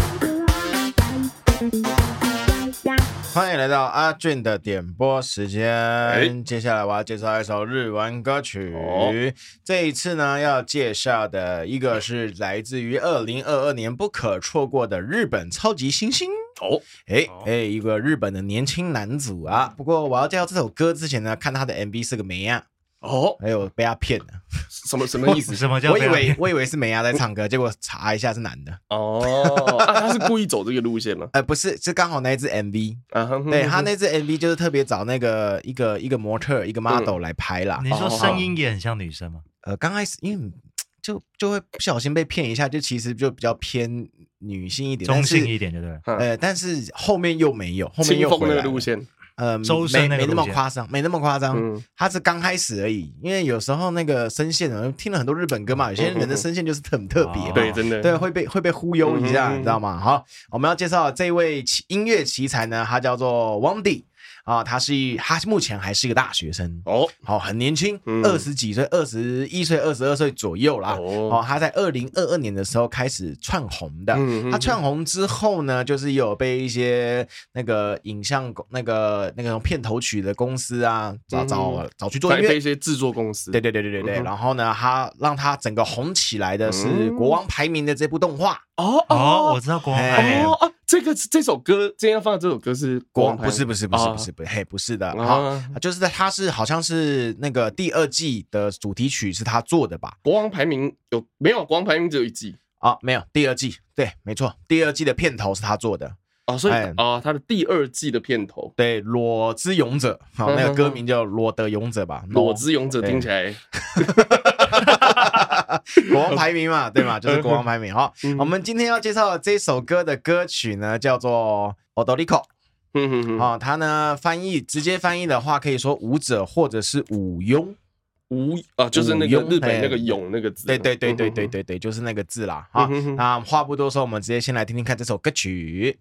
欢迎来到阿俊的点播时间、欸、接下来我要介绍一首日文歌曲、哦、这一次呢要介绍的一个是来自于二零二二年不可错过的日本超级新星哦，哎哎，一个日本的年轻男子啊。不过我要介绍这首歌之前呢，看他的 M V 是个梅啊。哦，还有被他骗了， 什么什么意思？ 什么叫？ 我以为我以为是梅亚在唱歌，结果查一下是男的。 哦，啊、他是故意走这个路线吗？ 呃，不是，是刚好那一支 M V，、啊、对他那支 M V 就是特别找那个一个一个模特一个 model 来拍啦。 嗯、你说声音也很像女生吗？ 呃，刚开始因为就就会不小心被骗一下，就其实就比较偏女性一点， 中性一点，对不对？ 呃，但是后面又没有，后面又回来了。 那个路线。 呃，没没那么夸张，没那么夸张。嗯，他是刚开始而已，因为有时候那个声线呢，听了很多日本歌嘛，有些人的声线就是很特别、哦， 对，真的， 对，会被会被忽悠一下，嗯、你知道吗？好，我们要介绍这位音乐奇才呢，他叫做 Wondy。啊，他是他目前还是一个大学生哦，好、哦、很年轻，二、嗯、十几岁，二十一岁、二十二岁左右啦。哦，哦他在二零二二年的时候开始窜红的。嗯、他窜红之后呢，就是有被一些那个影像那个那个片头曲的公司啊找找、嗯、找去做音乐， 被一些制作公司。 对对对对对对。嗯、然后呢，他让他整个红起来的是《国王排名》的这部动画。 哦哦，我知道国王排名。 哦哦，这个这首歌今天要放的这首歌是国王排名？ 不是不是不是不是不是，嘿，不是的。好，就是在他是好像是那个第二季的主题曲是他做的吧？ 国王排名有没有？国王排名只有一季啊，没有第二季。对，没错，第二季的片头是他做的。 哦，所以啊、哦，他的第二季的片头， 对，裸之勇者，好，那个歌名叫裸的勇者吧， 裸之勇者听起来， 国王排名嘛，对嘛，就是国王排名。好，我们今天要介绍的这首歌的歌曲呢，叫做 Odoriko。嗯哦，它呢翻译直接翻译的话，可以说舞者或者是舞庸。 舞啊，就是那个日本那个勇那个字， 对对对对对对对，就是那个字啦。好，那话不多说，我们直接先来听听看这首歌曲。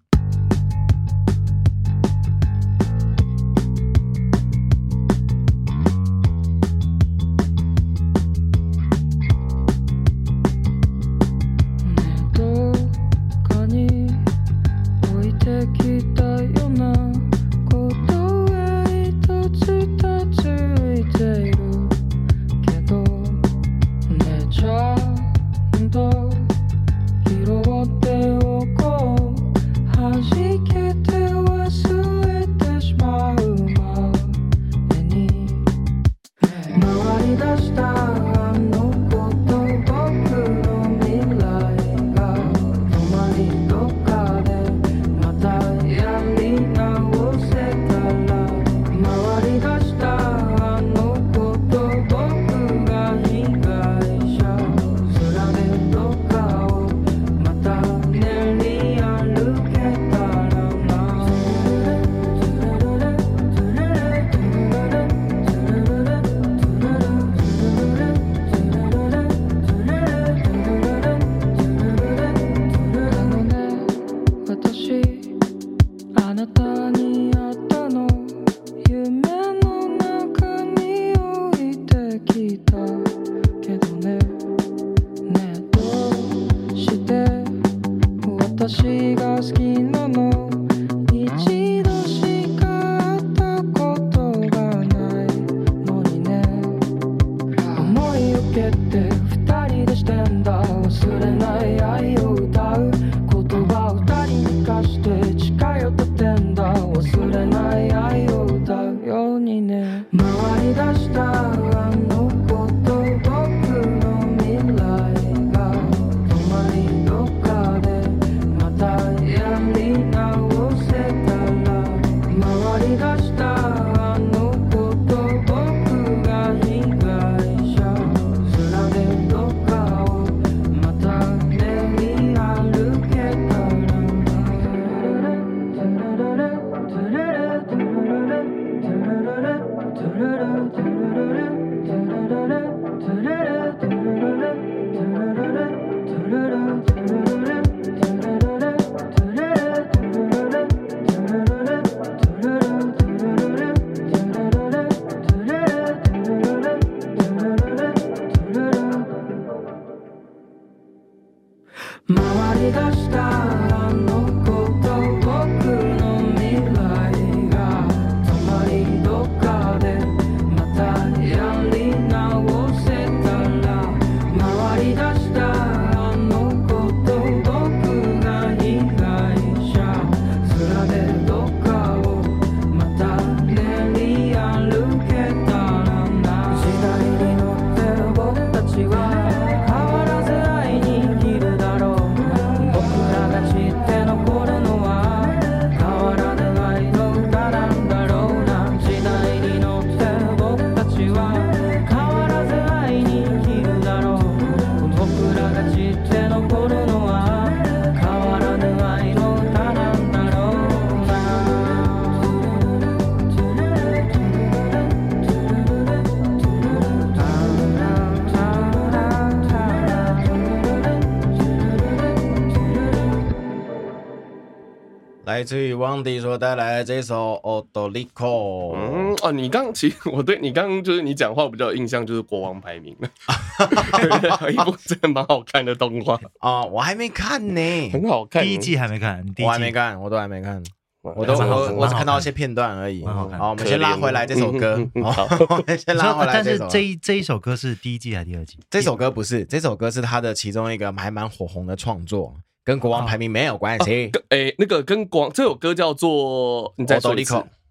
来自于汪迪所带来的这首 Odoriko。 嗯哦，你刚其实我对你刚刚就是你讲话比较有印象，就是国王排名了，一部真的蛮好看的动画啊、哦，我还没看呢， 很好看， 第一季还没看，第一季我还没看，我都还没看。我都我我只看到一些片段而已。好，我们先拉回来这首歌。好，我们先拉回来这首。 但是这一这一首歌是第一季还是第二季？ 这首歌不是，这首歌是他的其中一个还蛮火红的创作，跟国王排名没有关系。 诶，那个跟国王这首歌叫做你再说一次。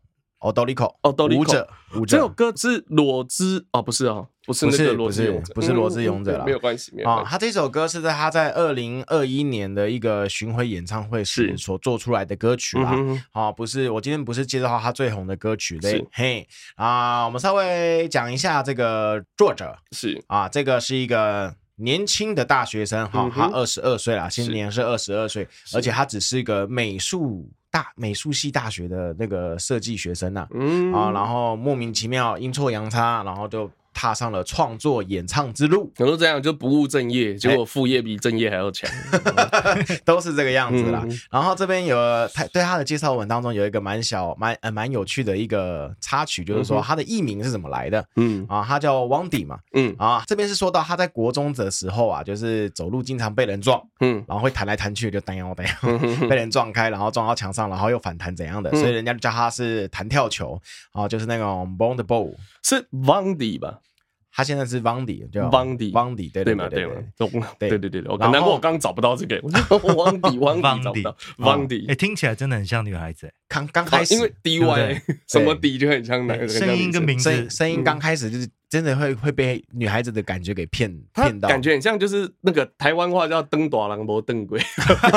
哦 ，Dolico， 哦 ，Dolico， 舞者，舞者。 这首歌是裸之哦，不是哦，不是那个裸之勇者， 不是裸之勇者了， 没有关系，没有关系。 他这首歌是在他在二零二一年的一个巡回演唱会时所做出来的歌曲啦。啊，不是，我今天不是介绍他最红的歌曲嘞，嘿啊，我们稍微讲一下这个作者是啊，这个是一个年轻的大学生哈，他二十二岁啦，今年是二十二岁，而且他只是一个美术。大美术系大学的那个设计学生呐、啊，嗯啊，然后莫名其妙阴错阳差，然后就踏上了创作演唱之路。 有时候这样就不务正业，结果副业比正业还要强， 都是这个样子啦。嗯、然后这边有他对他的介绍文当中有一个蛮小蛮呃蛮有趣的一个插曲，就是说他的艺名是怎么来的。嗯啊，他叫 Wandy 嘛。嗯啊，这边是说到他在国中的时候啊，就是走路经常被人撞，嗯，然后会弹来弹去，就弹摇弹摇，被人撞开，然后撞到墙上，然后又反弹怎样的，嗯、所以人家就叫他是弹跳球啊，就是那种 Bond Ball， 是 Wandy 吧？ 他现在是 Wandy， 叫 Wandy，Wandy， 对对嘛对嘛，对对对对，我难过我刚刚找不到这个 Wandy Wandy 找不到 Wandy， 哎，听起来真的很像女孩子， 刚刚开始， 因为 D Y 什么 D 就很像男人， 声音跟名字， 声音刚开始就是真的会会被女孩子的感觉给骗骗到， 感觉很像就是那个台湾话叫登大人无登鬼，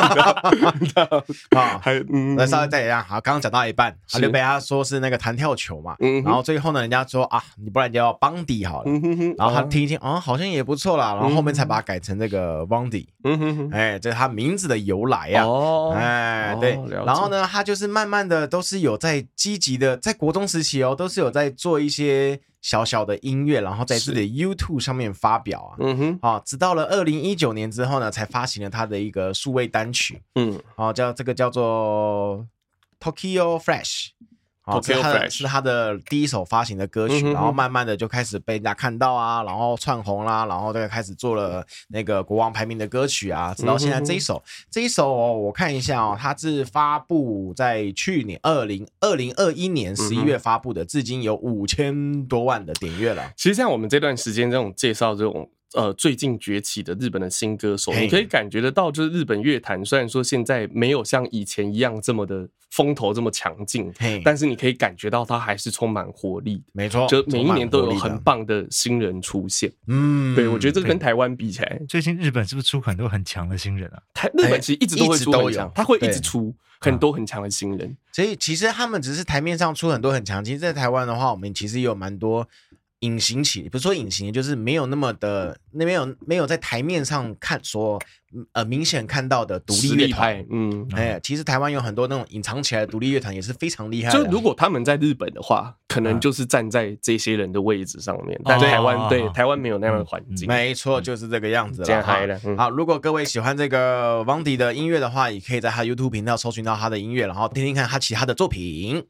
啊，还那稍微再一样，好，刚刚讲到一半，他就被他说是那个弹跳球嘛，然后最后呢，人家说啊，你不然叫 Bandy 好了。然后他听一听，哦，好像也不错啦。然后后面才把它改成这个 Wandy， 嗯哼哼，哎，这是他名字的由来呀。哦，哎，对。然后呢，他就是慢慢的都是有在积极的，在国中时期哦，都是有在做一些小小的音乐，然后在自己的 YouTube 上面发表啊。嗯哼，啊，直到了二零一九年之后呢，才发行了他的一个数位单曲。嗯，啊，叫这个叫做 Tokyo Fresh。哦，是他的是他的第一首发行的歌曲，嗯、然后慢慢的就开始被人家看到啊，然后窜红啦，然后就开始做了那个国王排名的歌曲啊，直到现在这一首，嗯、这一首、哦、我看一下哦，它是发布在去年二零二零二一年十一月发布的，嗯、至今有五千多万的点阅了。 其实像我们这段时间这种介绍这种。呃，最近崛起的日本的新歌手，你可以感觉得到，就是日本乐坛虽然说现在没有像以前一样这么的风头这么强劲，但是你可以感觉到它还是充满活力。 没错， 就每一年都有很棒的新人出现。嗯，对，我觉得这跟台湾比起来， 最近日本是不是出很多很强的新人啊？ 台日本其实一直都会出很强，他会一直出很多很强的新人。 所以其实他们只是台面上出很多很强，其实在台湾的话，我们其实也有蛮多。隐形起，不是说隐形，就是没有那么的，那没有没有在台面上看说，呃，明显看到的独立乐团，嗯，哎，其实台湾有很多那种隐藏起来的独立乐团也是非常厉害的。 就如果他们在日本的话，可能就是站在这些人的位置上面，但台湾对台湾没有那样的环境。 没错，就是这个样子了。好，如果各位喜欢这个 Wandy 的音乐的话，也可以在他 YouTube 频道搜寻到他的音乐，然后听听看他其他的作品。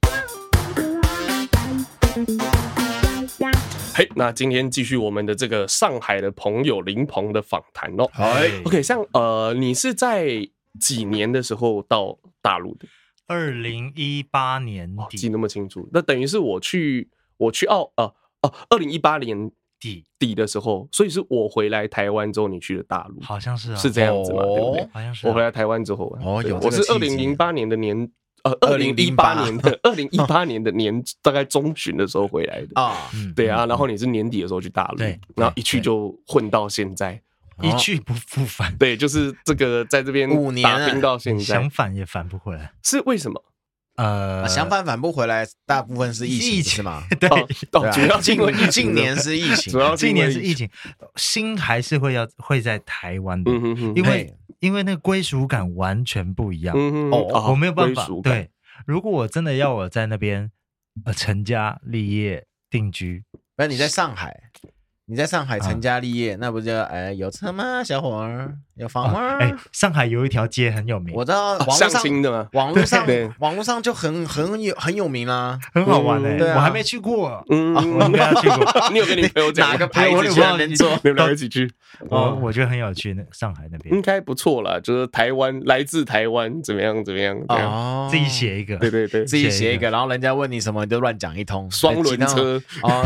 嘿，那今天继续我们的这个上海的朋友林鹏的访谈哦。OK， 像呃，你是在几年的时候到大陆的？ 二零一八年底、哦， 记那么清楚。那等于是我去我去澳呃哦，二零一八年底底的时候，所以是我回来台湾之后，你去了大陆， 好像是、啊、 是这样子嘛？哦、对不对？ 好像是、啊。 我回来台湾之后， 哦，有我是二零零八年的年。呃，二零一八年的二零一八年的年大概中旬的时候回来的啊，对啊，然后你是年底的时候去大陆，对，然后一去就混到现在， 一去不复返， 对，就是这个在这边五年打拼到现在， 想返也返不回来， 是为什么？ 呃，想返返不回来，大部分是疫情是吗？ 对， 哦，主要近近年是疫情， 主要今年是疫情，心还是会要会在台湾的，因为。因为那个归属感完全不一样，嗯、哦，我没有办法。对，如果我真的要我在那边呃成家立业定居， 不然你在上海，你在上海成家立业，啊、那不就哎有车吗，小伙儿？有房吗？ 哎、啊，上海有一条街很有名， 我知道，网络上的吗？ 网络上，网络上就很很有很有名啦， 很好玩哎、欸嗯啊，我还没去过，嗯，啊、我应该要去过。 你有跟你朋友讲哪个牌子去那边做？ 你们两个一起去？ 哦，我觉得很有趣，那上海那边应该不错啦，就是台湾来自台湾怎么样怎么样哦， 自己写一个， 对对对， 自己写一个，然后人家问你什么，你就乱讲一通， 双轮车哦。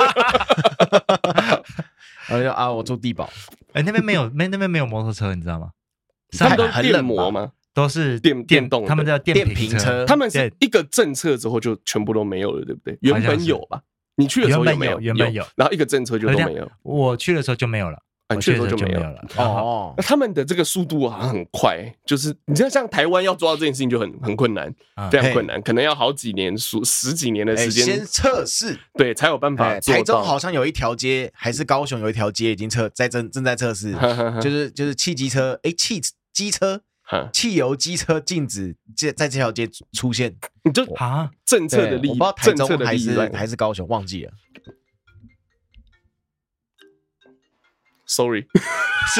然后就啊，我住地堡， 哎，那边没有，那那边没有摩托车，你知道吗？ 他们都电摩吗？ 都是电电动， 他们叫电瓶车，车他们是一个政策之后就全部都没有了，对不对？原本有吧？你去的时候有没有？ 原本有， 然后一个政策就都没有。 我去的时候就没有了。 啊，去的时候就没有了哦。那他们的这个速度好像很快，就是你知道，像台湾要做到这件事情就很很困难，非常困难，可能要好几年、数十几年的时间先测试， 对，才有办法做到。 台中好像有一条街，还是高雄有一条街已经测在正正在测试，就是就是汽机车，哎，汽机车。汽油机车禁止在这条街出现， 你就啊政策的利益， 我不知道台中还是还是高雄，忘记了。 Sorry， 是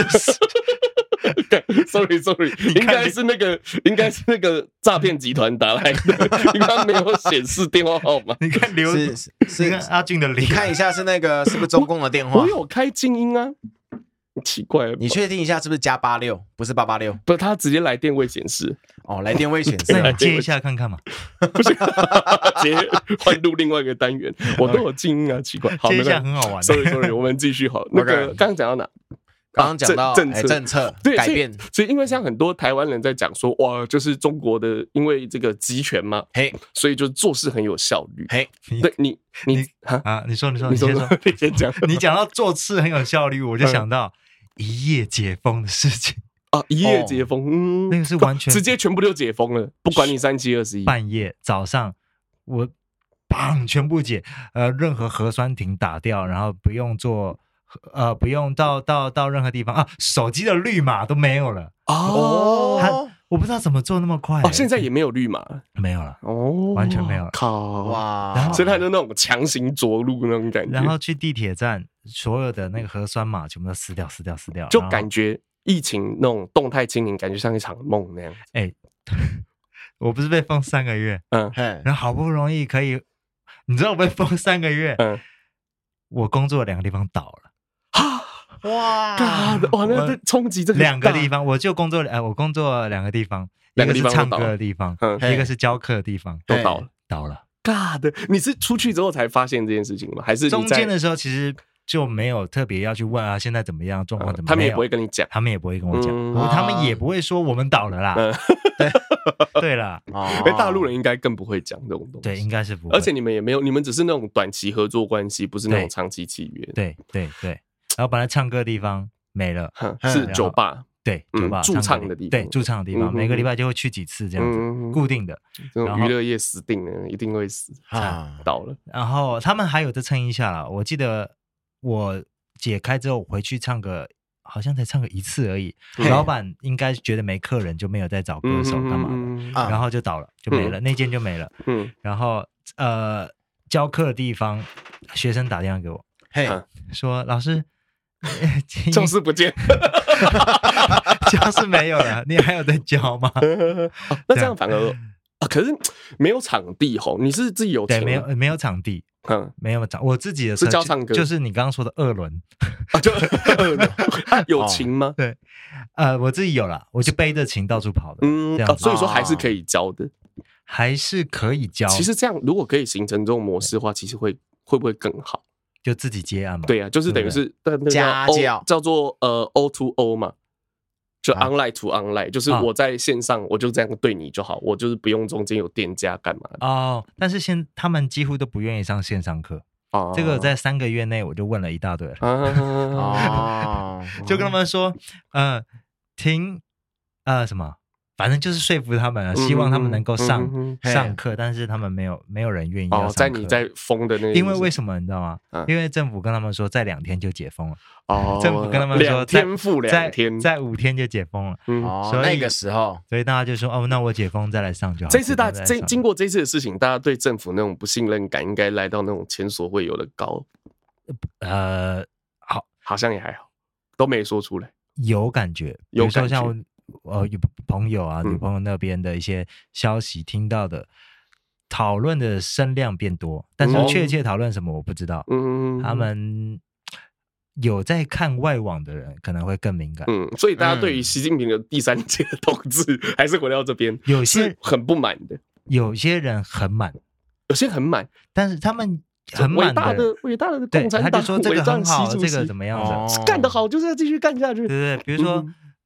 ，Sorry Sorry， 应该是那个应该是那个诈骗集团打来的，应该没有显示电话号码。 你看刘是是阿俊的脸， 你看一下是那个是不是中共的电话？ 我有开静音啊。奇怪了， 你确定一下是不是加八六，不是八八六？ 不是，他直接来电未显示。 哦，来电未显示， 那你接一下看看嘛。 不是，直接换入另外一个单元，我都有静音啊，奇怪。 接一下很好玩。 Sorry Sorry， 我们继续好。那个刚刚讲到哪？ 刚刚讲到政策政策改变， 所以因为像很多台湾人在讲说，哇，就是中国的，因为这个集权嘛，嘿，所以就做事很有效率。嘿，对你你啊，你说你说你先说，你先讲。 你讲到做事很有效率，我就想到。一夜解封的事情啊！一夜解封，嗯， 那个是完全直接全部都解封了，不管你三七二十一。 半夜早上，我砰全部解，呃，任何核酸亭打掉，然后不用做，呃，不用到到到任何地方啊，手机的绿码都没有了哦。 他我不知道怎么做那么快、欸， 哦，现在也没有绿码， 没有了， 哦， 完全没有了。 靠哇！然后所以他就那种强行着陆那种感觉。 然后去地铁站，所有的那个核酸码全部都撕掉、撕掉、撕掉， 就感觉疫情那种动态清零，感觉像一场梦那样。 哎、欸，我不是被封三个月，嗯，然后好不容易可以，你知道我被封三个月，嗯，我工作的两个地方倒了。 哇， 哇，那冲击这个两个地方，我就工作，呃，我工作两个地方，一个是唱歌的地方，嗯，一个是教课的地方， 都倒了， 倒了。 God， 你是出去之后才发现这件事情吗？还是中间的时候其实就没有特别要去问啊，现在怎么样，状况怎么样？ 他们也不会跟你讲， 他们也不会跟我讲，他们也不会说我们倒了啦。对对啦， 因为大陆人应该更不会讲这种东西， 对，应该是不会。 而且你们也没有，你们只是那种短期合作关系，不是那种长期契约。 对对对。然后本来唱歌的地方没了， 是酒吧， 对，酒吧驻唱的地方， 对，驻唱的地方，每个礼拜就会去几次这样子，固定的。 这种娱乐业死定了，一定会死啊，倒了。 然后他们还有在撑一下啦，我记得我解开之后回去唱个，好像才唱个一次而已。老板应该觉得没客人，就没有再找歌手干嘛的，然后就倒了，就没了，那间就没了。嗯，然后呃，教课的地方，学生打电话给我，嘿，说老师。 教室不见， 教室没有了，你还有在教吗？ 啊、那这样反而啊，可是没有场地吼，你是自己有对，没有没有场地，嗯，没有场，我自己的是教唱歌， 就是你刚刚说的二轮， 啊，就二轮、啊，有琴吗？ 对，呃，我自己有了，我就背着琴到处跑的， 嗯，啊，所以说还是可以教的， 还是可以教。 其实这样如果可以形成这种模式的话，其实会会不会更好？ 就自己接案嘛， 对啊，就是等于是家教， 叫做呃 O to O 嘛，就 online to online，、啊、就是我在线上我就这样对你就好，我就是不用中间有店家干嘛的哦。但是现他们几乎都不愿意上线上课，哦、这个在三个月内我就问了一大堆了，哦、就跟他们说，呃，停，呃，什么？反正就是说服他们啊，希望他们能够上、嗯、上课，但是他们没有没有人愿意要上课。 哦，在你在封的那个， 因为为什么你知道吗？嗯、因为政府跟他们说，在两天就解封了。 哦， 政府跟他们说， 两天复两天， 在五天就解封了。 嗯，所以那个时候， 所以大家就说，哦，那我解封再来上就好。 这次大这经过这次的事情，大家对政府那种不信任感应该来到那种前所未有的高。 呃，好， 好像也还好，都没说出来。 有感觉， 有感觉。 呃，有朋友啊，女朋友那边的一些消息听到的，讨论的声量变多，但是确切讨论什么我不知道。嗯，他们有在看外网的人可能会更敏感。 嗯，所以大家对于习近平的第三届的统治还是回到这边， 有些很不满的， 有些人很满， 有些很满， 但是他们。很满伟大的伟大的共产党， 他就说这个很好，这个怎么样的， 干得好就是要继续干下去。 对对，比如说。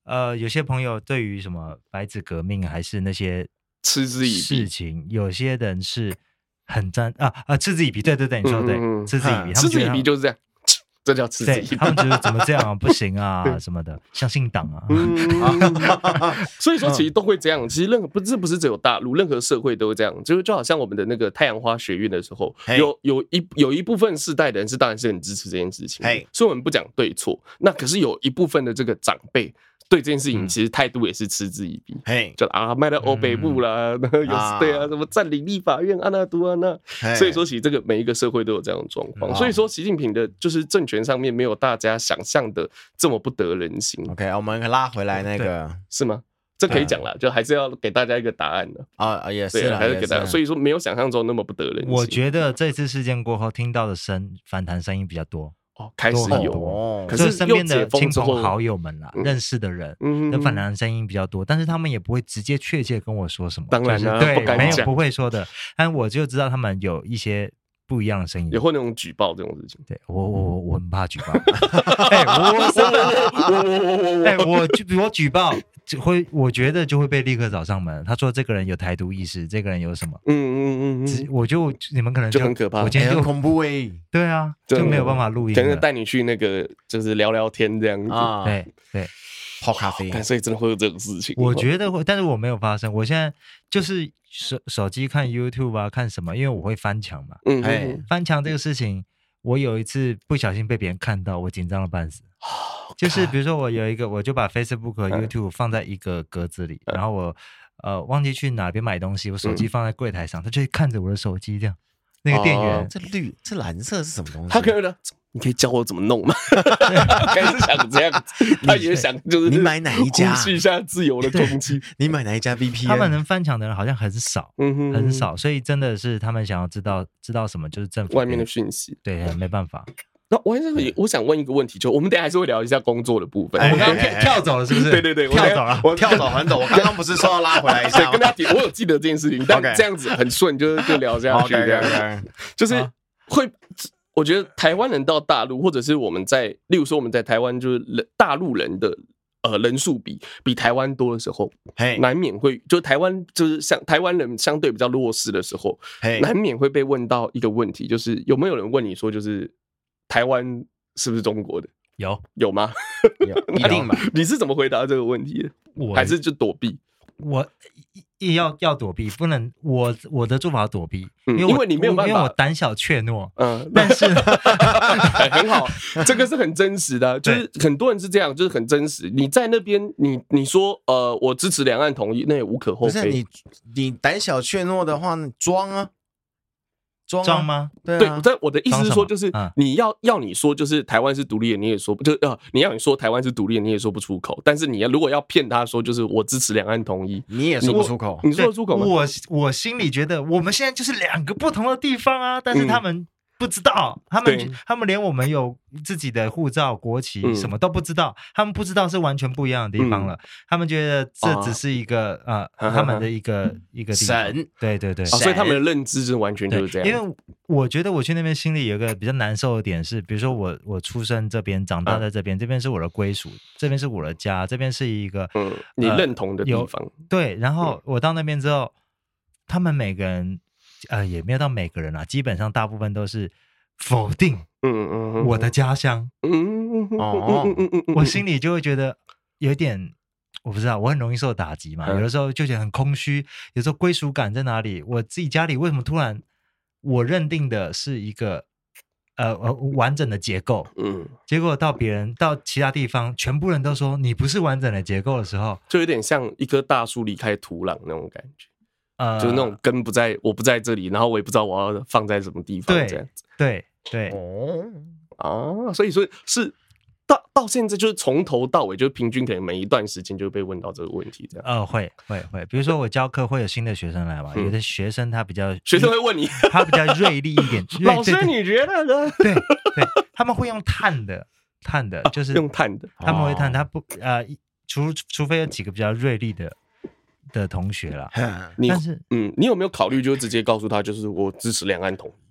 呃，有些朋友对于什么白纸革命还是那些嗤之以鼻事情，有些人是很赞啊啊嗤之以鼻，对对对，你说的对， 嗯、 嗤之以鼻， 嗤之以鼻就是这样。这叫嗤之以鼻， 他们觉得怎么这样啊，不行啊什么的，相信党啊。 嗯、所以说其实都会这样，其实任何不是不是只有大陆，任何社会都会这样，就就好像我们的那个太阳花学运的时候，有有一有一部分世代的人是当然是很支持这件事情，所以我们不讲对错。那可是有一部分的这个长辈。对这件事情，其实态度也是嗤之以鼻，嗯、就啊，卖到欧北部啦，嗯、有对啊，什么占领立法院、安纳都安那，所以说其实这个每一个社会都有这样的状况。所以说，习近平的就是政权上面没有大家想象的这么不得人心。 OK， 我们拉回来那个是吗？这可以讲啦，就还是要给大家一个答案的啊，也是啦， 还是给大家。所以说，没有想象中那么不得人心。 我觉得这次事件过后，听到的声反弹声音比较多。 哦，开始有， 哦、可是身边的亲朋好友们啦，嗯、认识的人，嗯，反弹声音比较多，但是他们也不会直接确切跟我说什么， 当然啦、啊， 对， 不敢没有不会说的，但我就知道他们有一些不一样的声音， 也会那种举报这种事情。 对我我我很怕举报，哎、欸，我真的，哎、欸，我我举报。会，我觉得就会被立刻找上门。他说这个人有台独意识，这个人有什么？嗯嗯嗯嗯，我就你们可能 就, 就很可怕， 我今天就很恐怖哎。 对啊，就没有办法录音， 可能带你去那个就是聊聊天这样子啊，对对， 泡咖啡， 所以真的会有这种事情。 我觉得会，但是我没有发生。我现在就是手手机看 YouTube 啊，看什么？因为我会翻墙嘛。嗯，哎，翻墙这个事情，我有一次不小心被别人看到，我紧张了半死。就是比如说我有一个，我就把 Facebook 和 YouTube 放在一个格子里，嗯、然后我呃忘记去哪边买东西，我手机放在柜台上，嗯、他就会看着我的手机这样。那个店员， 哦、这绿这蓝色是什么东西？ 他可以的，你可以教我怎么弄吗？开始想这样子，他也想就是你买哪一家， 呼吸一下自由的空气。 你买哪一家 V P N？ 他们能翻墙的人好像很少，嗯哼，很少，所以真的是他们想要知道知道什么，就是政府外面的讯息。 对，没办法。 那我还是我想问一个问题，就我们等一下还是会聊一下工作的部分。 我刚刚跳走了，是不是？ 对对对， 跳走了， 我跳走很走。我刚刚不是说要拉回来一下？ 对，跟大家提，我有记得这件事情，但这样子很顺，就是就聊下去这样。就是会，我觉得台湾人到大陆，或者是我们在，例如说我们在台湾，就是大陆人的呃人数比比台湾多的时候，难免会就台湾就是像台湾人相对比较弱势的时候，难免会被问到一个问题，就是有没有人问你说，就是台湾是不是中国的？ 有有吗？ 有，一定吧？ 你是怎么回答这个问题的？我还是就躲避？ 我也要要躲避，不能我我的做法躲避， 嗯、 因为因为你没有办法， 因为我胆小怯懦， 嗯， 但是很好，这个是很真实的，就是很多人是这样，就是很真实。你在那边，你你说呃，我支持两岸统一，那也无可厚非。 不是你你胆小怯懦的话，装啊。装, 啊装吗？ 对、啊， 对，我在我的意思是说，就是你要、嗯、要你说，就是台湾是独立的，你也说不，就呃，你要你说台湾是独立的，你也说不出口。但是你要如果要骗他说，就是我支持两岸统一， 你也说不出口。 你, 你说得出口吗？ 我我心里觉得，我们现在就是两个不同的地方啊，但是他们不知道，嗯、他们他们连我们有自己的护照、国旗、嗯、什么都不知道，他们不知道是完全不一样的地方了。嗯、他们觉得这只是一个、哦、呃他们的一个一个地方省， 对对对、 哦，所以他们的认知是完全就是这样。 因为我觉得我去那边心里有一个比较难受的点是，比如说我我出生这边，长大在这边，嗯、这边是我的归属，这边是我的家，这边是一个嗯你认同的地方。 呃、对，然后我到那边之后，他们每个人呃也没有到每个人啦，基本上大部分都是否定嗯嗯我的家乡嗯嗯哦，我心里就会觉得有点。我不知道，我很容易受打击嘛，有的时候就觉得很空虚，有时候归属感在哪里？我自己家里为什么突然我认定的是一个呃完整的结构，嗯，结果到别人到其他地方，全部人都说你不是完整的结构的时候， 就有点像一棵大树离开土壤那种感觉，呃，就是那种根不在，我不在这里，然后我也不知道我要放在什么地方，这样子， 对对哦啊，所以说是。到到现在就是从头到尾，就是平均可能每一段时间就被问到这个问题，这样。 呃，会会会，比如说我教课会有新的学生来嘛，嗯、有的学生他比较学生会问你， 他比较锐利一点。 老师，你觉得呢？ 对对，他们会用探的探的，就是、 啊、用探的， 他们会探，他不呃，除除非有几个比较锐利的的同学啦。 你但是嗯，你有没有考虑就直接告诉他，就是我支持两岸统一？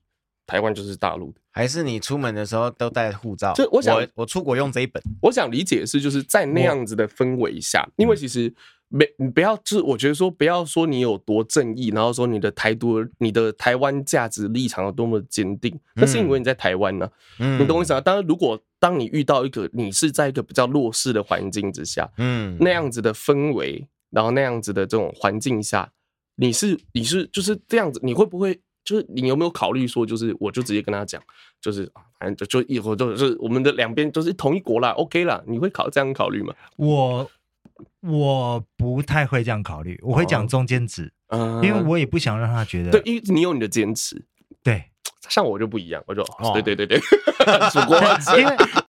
台湾就是大陆的， 还是你出门的时候都带护照？ 就我想我, 我出国用这一本。 我想理解的是，就是在那样子的氛围下，因为其实没你不要，就是我觉得说不要说你有多正义，然后说你的台独、你的台湾价值立场有多么坚定，那是因为你在台湾呢、啊，嗯、你懂我意思吗？当然，如果当你遇到一个你是在一个比较弱势的环境之下，嗯，那样子的氛围，然后那样子的这种环境下，你是你是就是这样子，你会不会？就是你有没有考虑说，就是我就直接跟他讲，就是啊，反正就就以后就是我们的两边就是同一国啦 ，OK 啦，你会考这样考虑吗？ 我我不太会这样考虑，我会讲中间值，哦、因为我也不想让他觉得， 对，因为你有你的坚持， 对， 像我就不一样，我就、哦、对对对对，祖国， 因为